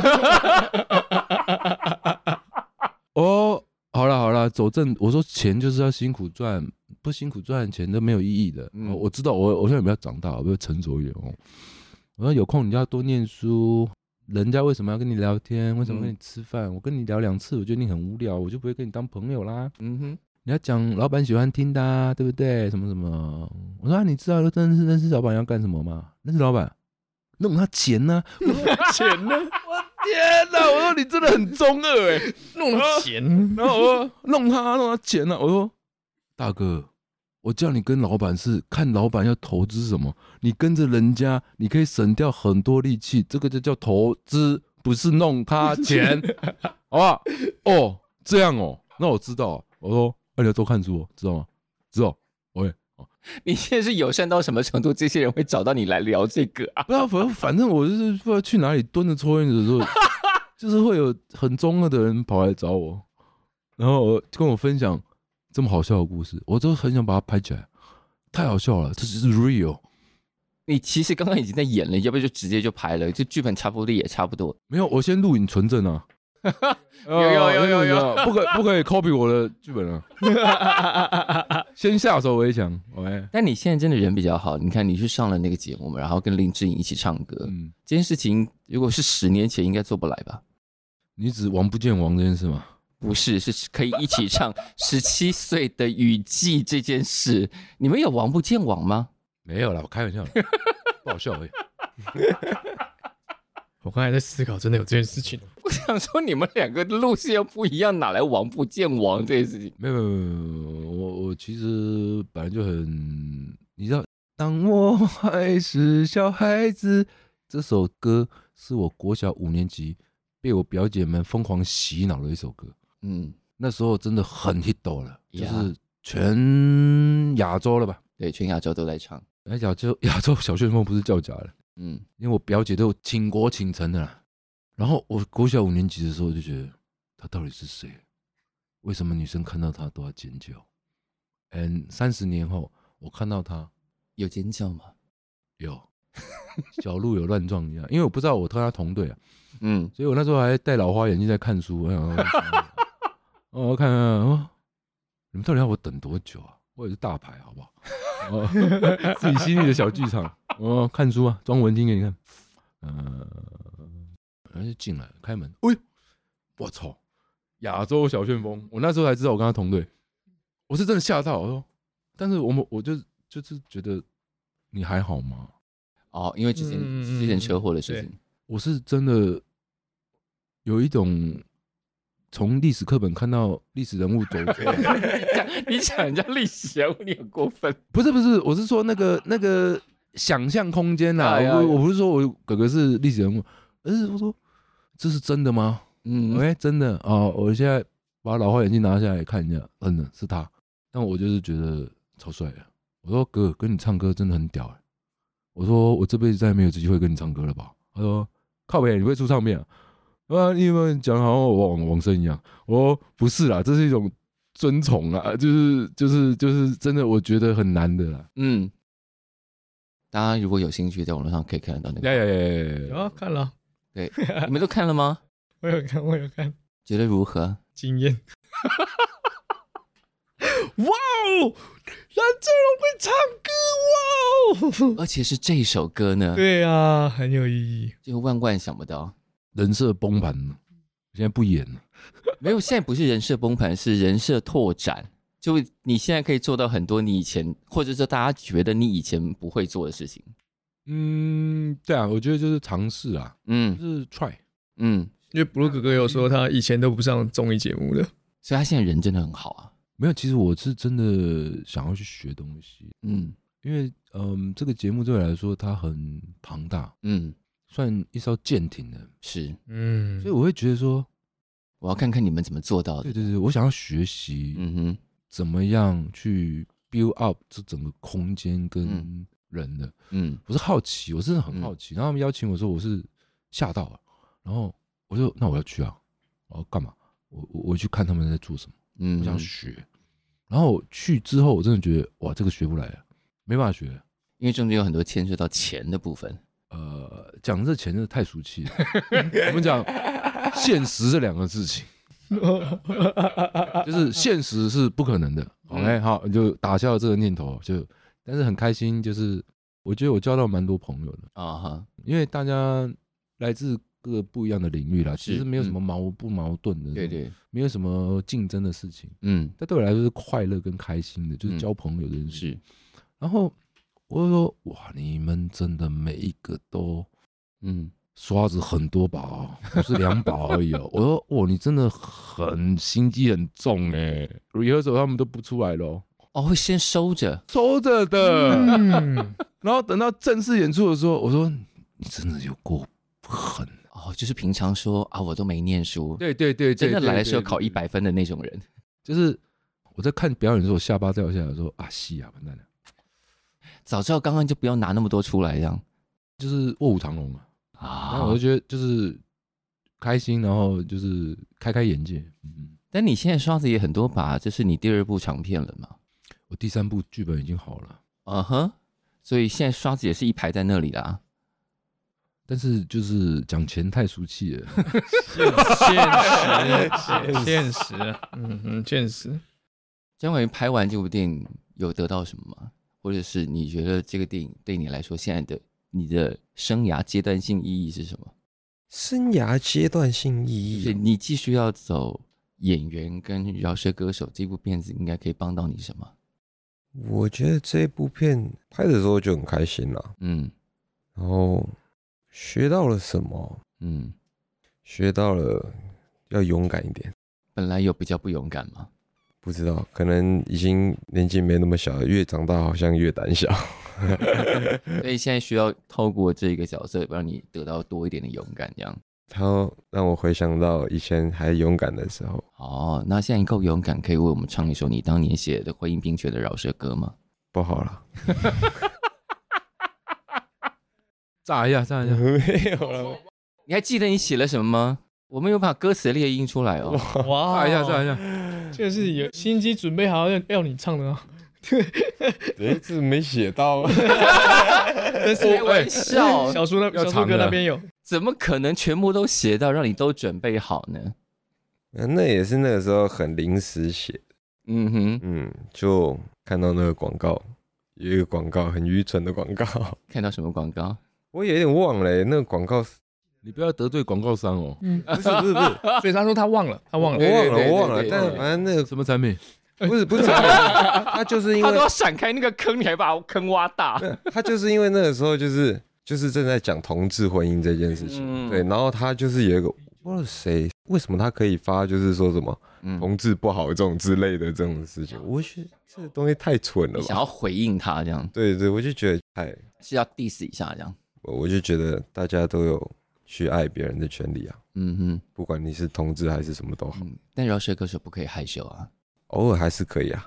哦，好了好了，走正，我说钱就是要辛苦赚。不辛苦赚钱都没有意义的。嗯哦、我知道我，我现在比较长大，我比较成熟一点哦。我说有空你就要多念书，人家为什么要跟你聊天？为什么跟你吃饭？嗯、我跟你聊两次，我觉得你很无聊，我就不会跟你当朋友啦。嗯哼，你要讲老板喜欢听的、啊，对不对？什么什么？我说、啊、你知道认识认识老板要干什么吗？认识老板，弄他钱呢、 啊？钱呢？ 我天哪！我说你真的很中二哎、欸， 弄他钱， 然后我说弄他弄他钱呢、啊？我说大哥。我叫你跟老板是看老板要投资什么，你跟着人家，你可以省掉很多力气，这个就叫投资，不是弄他钱，好不好？哦，这样哦，那我知道。我说，啊、你要多看书、哦，知道吗？知道。OK，、哦、 你现在是友善到什么程度？这些人会找到你来聊这个啊？ 不知道，反反正我就是不知道去哪里蹲着抽烟的时候，就是会有很中二的人跑来找我，然后跟我分享。这么好笑的故事，我都很想把它拍起来，太好笑了，这只是 real。 你其实刚刚已经在演了，要不要就直接就拍了？就剧本差不多也差不多。 没有，我先录影存证啊。 有有有有有， 不可不可以 copy 我的剧本啊？先下手为强。OK。 但你现在真的人比较好，你看你去上了那个节目嘛，然后跟林志颖一起唱歌，嗯，这件事情如果是十年前应该做不来吧？ 你指王不见王这件事吗？ 不是，是可以一起唱十七岁的雨季这件事。你们有王不见王吗？ 没有啦，我开玩笑，不好笑而已。 我刚才在思考，真的有这件事情。 我想说，你们两个路线又不一样，哪来王不见王这件事情？ 没有，没有，没有，我我其实本来就很，你知道，当我还是小孩子，这首歌是我国小五年级被我表姐们疯狂洗脑的一首歌。嗯，那时候真的很 hit 了，就是全亚洲了吧？ 对，全亚洲都在唱。 哎，亚洲亚洲小旋风不是叫假的，嗯，因为我表姐都倾国倾城的啦。然后我国小五年级的时候就觉得，他到底是谁？为什么女生看到他都要尖叫？嗯，三十年后我看到他， 有尖叫吗？ 有， 小鹿有乱撞一样，因为我不知道我跟他同队啊，嗯，所以我那时候还戴老花眼镜在看书，哦，我看看哦，你们到底要我等多久啊？我也是大牌，好不好？哦，自己心里的小剧场，哦，看书啊，装文青给你看，呃，然后就进来开门，喂，我操，亚洲小旋风，我那时候才知道我跟他同队，我是真的吓到，我说，但是我们我就就是觉得你还好吗？ 哦，因为之前、嗯、之前车祸的事情， 我是真的有一种从历史课本看到历史人物走出来。你讲人家历史人物，你很过分。 不是不是，我是说那个那个想象空间呐、啊。我我不是说我哥哥是历史人物，而是我说这是真的吗？嗯 ，OK， 真的哦。我现在把老花眼镜拿下来看一下，真的是他。但我就是觉得超帅的。我说哥，跟你唱歌真的很屌哎、欸。我说我这辈子再也没有机会跟你唱歌了吧？他说靠北，你会出唱片啊？啊，你有没有讲好像我往往生一样？我说不是啦，这是一种尊崇啊，就是就是就是真的，我觉得很难的啦。 嗯，大家如果有兴趣，在网络上可以看得到那个。 呀呀呀！ 有啊，看了。 对，你们都看了吗？ 我有看，我有看， 觉得如何？ 惊艳！哇哦，蓝正龙会唱歌哇哦！ 而且是这首歌呢？ 对啊，很有意义。 这个万万想不到， 人设崩盘了，现在不演了。 没有，现在不是人设崩盘，是人设拓展。就你现在可以做到很多你以前，或者是大家觉得你以前不会做的事情。 嗯，对啊，我觉得就是尝试啊，嗯，就是 try， 嗯，因为 Blue 哥哥有说他以前都不上综艺节目的， 所以他现在人真的很好啊。 没有，其实我是真的想要去学东西，嗯，因为嗯，这个节目对我来说它很庞大，嗯，算一艘舰艇的， 是， 嗯，所以我会觉得说， 我要看看你们怎么做到的。 对对对，我想要学习，嗯哼，怎么样去 build up 这整个空间跟人的，嗯，我是好奇，我真的很好奇。嗯、然后他们邀请我说，我是吓到了，然后我就那我要去啊，我要干嘛？我我我去看他们在做什么。嗯，我想学，然后去之后，我真的觉得哇，这个学不来啊，没办法学， 因为中间有很多牵涉到钱的部分。 呃，讲这钱真的太俗气了。我们讲现实这两个事情，就是现实是不可能的。OK， 好，你就打消了这个念头，就但是很开心，就是我觉得我交到蛮多朋友的啊哈，因为大家来自各个不一样的领域啦，其实没有什么矛不矛盾的，对对，没有什么竞争的事情，嗯，但对我来说是快乐跟开心的，就是交朋友的人是。然后我就说，哇，你们真的每一个都，嗯，刷子很多把哦，不是两把而已哦。我说，哇，你真的很心机很重哎，rehearsal 他们都不出来咯。 哦，会先收着， 收着的，嗯，然后等到正式演出的时候，我说，你真的有够狠。 哦，就是平常说啊，我都没念书， 对对对， 真的来的时候考一百分的那种人， 就是我在看表演的时候，我下巴掉下来，说啊，戏啊，完蛋了， 早知道刚刚就不要拿那么多出来，这样就是卧虎藏龙啊，啊，然后我就觉得就是开心，然后就是开开眼界，嗯， 但你现在刷子也很多把，这是你第二部长片了嘛？ 我第三部剧本已经好了， 嗯哼，所以现在刷子也是一排在那里啦。 但是就是讲钱太俗气了， 现实，现实，嗯嗯，现实。 姜伟拍完这部电影有得到什么吗？或者是你觉得这个电影对你来说，现在的你的生涯阶段性意义是什么？ 生涯阶段性意义， 就是你继续要走演员跟饶舌歌手，这部片子应该可以帮到你什么？ 我觉得这部片拍的时候就很开心啦，嗯，然后。学到了什么？嗯，学到了要勇敢一点。 本来有比较不勇敢吗？ 不知道，可能已经年纪没那么小了，越长大好像越胆小。 所以现在需要透过这个角色，让你得到多一点的勇敢，这样。 他让我回想到以前还勇敢的时候。 哦，那现在你够勇敢，可以为我们唱一首你当年写的《婚姻冰雪》的饶舌歌吗？ 不好了。 炸一下，炸一下， 没有了。 你还记得你写了什么吗？我们有把歌词列印出来哦。 哇， 炸一下，炸一下， 这个是有心机准备好要要你唱的哦。 哎，这没写到， 开玩笑， 小叔那小叔哥那边有， 怎么可能全部都写到，让你都准备好呢？ 那也是那个时候很临时写的。嗯哼，嗯，就看到那个广告，有一个广告很愚蠢的广告。 看到什么广告？ 我有点忘了、欸，那个广告， 你不要得罪广告商哦。 嗯，不是不是不是，所以他说他忘了，他忘了， 我忘了，我忘了。但反正那个什么产品？ 不是不是产品，他就是因为他都要闪开那个坑，你还把坑挖大。 他就是因为那个时候就是就是正在讲同志婚姻这件事情，嗯、对，然后他就是有一个不知道谁，为什么他可以发就是说什么。同志不好这种之类的这种事情，我觉得这个东西太蠢了吧。 你想要回应他这样？ 对对，我就觉得太是要 diss 一下这样。 我就觉得大家都有去爱别人的权利啊。嗯哼，不管你是同志还是什么都好。嗯、 但饶舌歌手不可以害羞啊， 偶尔还是可以啊。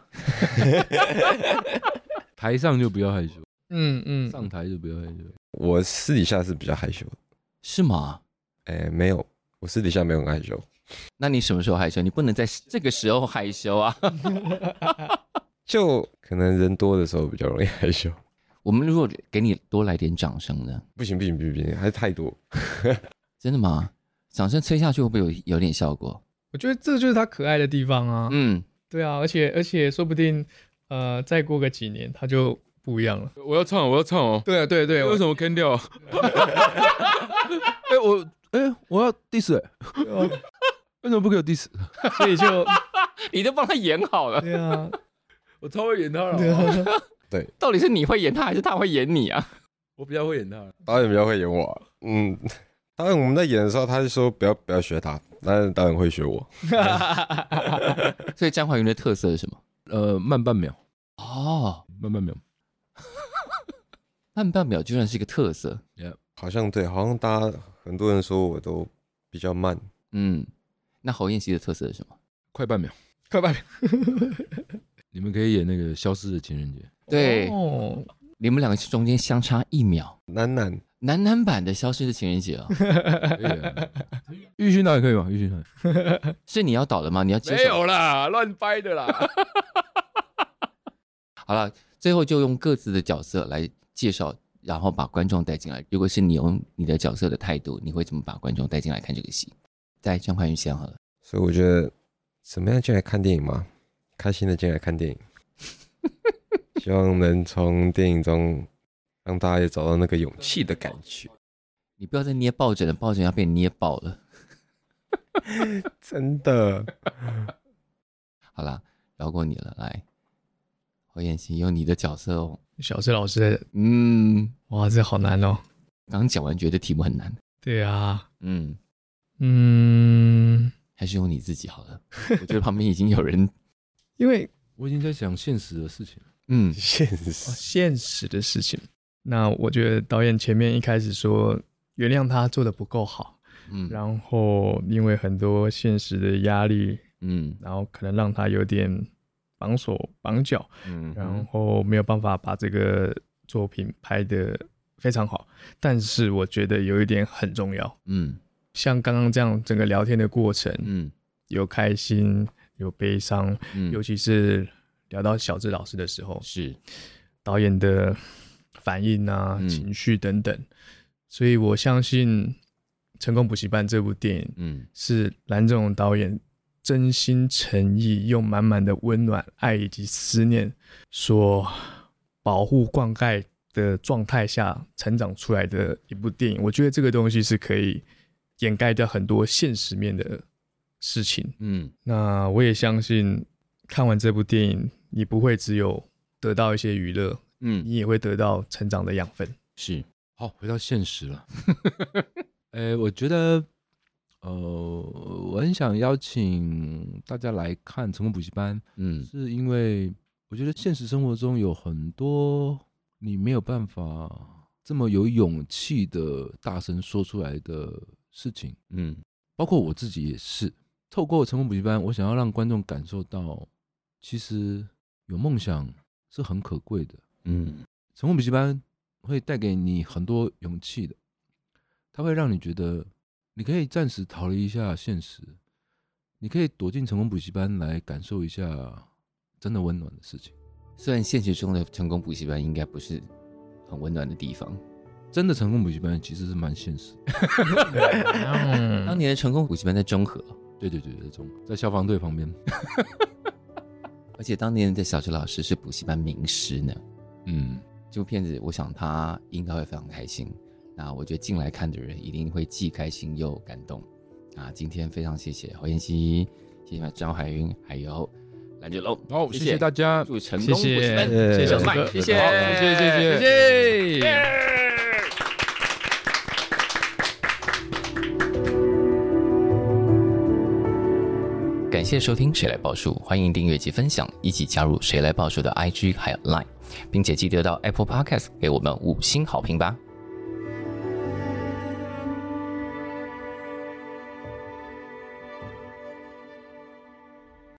台上就不要害羞。 嗯嗯， 上台就不要害羞。 我私底下是比较害羞的。 是吗？ 哎、欸，没有，我私底下没有很害羞。 那你什么时候害羞？你不能在这个时候害羞啊！ 就可能人多的时候比较容易害羞。 我们如果给你多来点掌声呢？ 不行不行不行不行，还是太多。 真的吗？掌声吹下去会不会有有点效果？ 我觉得这就是他可爱的地方啊。嗯，对啊，而且而且说不定呃，再过个几年他就不一样了。 我要唱，我要唱哦。 对啊对对， 为什么坑掉？哎、欸、我哎、欸、我要 diss 哎、欸。为什么不给我 diss？ 所以就你都帮他演好了。 对啊， 我超会演他了。 对， 到底是你会演他，还是他会演你啊？ 我比较会演他， 导演比较会演我、啊。嗯，导演我们在演的时候，他就说不要不要学他，但是导演会学我。 所以张怀云的特色是什么？ 呃，慢半秒。 哦， 慢半秒。 慢半秒居然是一个特色。 Yeah. 好像对，好像大家很多人说我都比较慢。 嗯。那侯彦希的特色是什么？ 快半秒， 快半秒。 你们可以演那个消失的情人节。 对，哦，你们两个中间相差一秒。 男男男男版的消失的情人节啊。 玉勋导也可以吗？玉勋导是你要导的吗？你要接手？ 没有啦，乱掰的啦。 好了，最后就用各自的角色来介绍，然后把观众带进来。如果是你用你的角色的态度，你会怎么把观众带进来看这个戏？在张怀云先好了， 所以我觉得怎么样进来看电影嘛，开心的进来看电影，希望能从电影中让大家也找到那个勇气的感觉。 你不要再捏抱枕了，抱枕要被捏爆了， 真的。 好啦，饶过你了，来，侯彦希用你的角色哦， 小智老师，嗯，哇，这好难哦。 刚讲完觉得题目很难， 对啊，嗯。 嗯，还是用你自己好了。我觉得旁边已经有人， 因为我已经在想现实的事情了。 嗯，现实、 哦、现实的事情。那我觉得导演前面一开始说原谅他做的不够好，嗯，然后因为很多现实的压力，嗯，然后可能让他有点绑手绑脚，嗯，然后没有办法把这个作品拍得非常好。但是我觉得有一点很重要，嗯。像刚刚这样整个聊天的过程，嗯，有开心，有悲伤，嗯，尤其是聊到小智老师的时候， 是导演的反应啊、嗯、情绪等等，所以我相信《成功补习班》这部电影，嗯，是蓝正龙导演真心诚意，用满满的温暖、爱以及思念，所保护灌溉的状态下成长出来的一部电影。我觉得这个东西是可以掩盖掉很多现实面的事情。嗯，那我也相信看完这部电影，你不会只有得到一些娱乐，嗯，你也会得到成长的养分。 是， 好，回到现实了。欸，我觉得，呃，我很想邀请大家来看《成功补习班》，嗯，是因为我觉得现实生活中有很多你没有办法这么有勇气的大声说出来的事情，嗯，包括我自己也是。透过成功补习班，我想要让观众感受到，其实有梦想是很可贵的，嗯，成功补习班会带给你很多勇气的，它会让你觉得你可以暂时逃离一下现实，你可以躲进成功补习班来感受一下真的温暖的事情。 虽然现实中的成功补习班应该不是很温暖的地方， 真的成功补习班其实是蛮现实的。 当年的成功补习班在中和， 对对对，在中和，在消防队旁边。 而且当年的小学老师是补习班名师呢。 嗯， 这部片子我想他应该会非常开心。那我觉得进来看的人一定会既开心又感动。啊，今天非常谢谢侯妍希，谢谢张海云，还有蓝志龙。 好，谢谢大家， 祝成功补习班， 谢谢小麦， 谢谢， 谢谢，谢谢， 谢谢。 感谢收听《谁来报数》，欢迎订阅及分享，一起加入《谁来报数》的 I G 还有 Line， 并且记得到 Apple Podcast 给我们五星好评吧。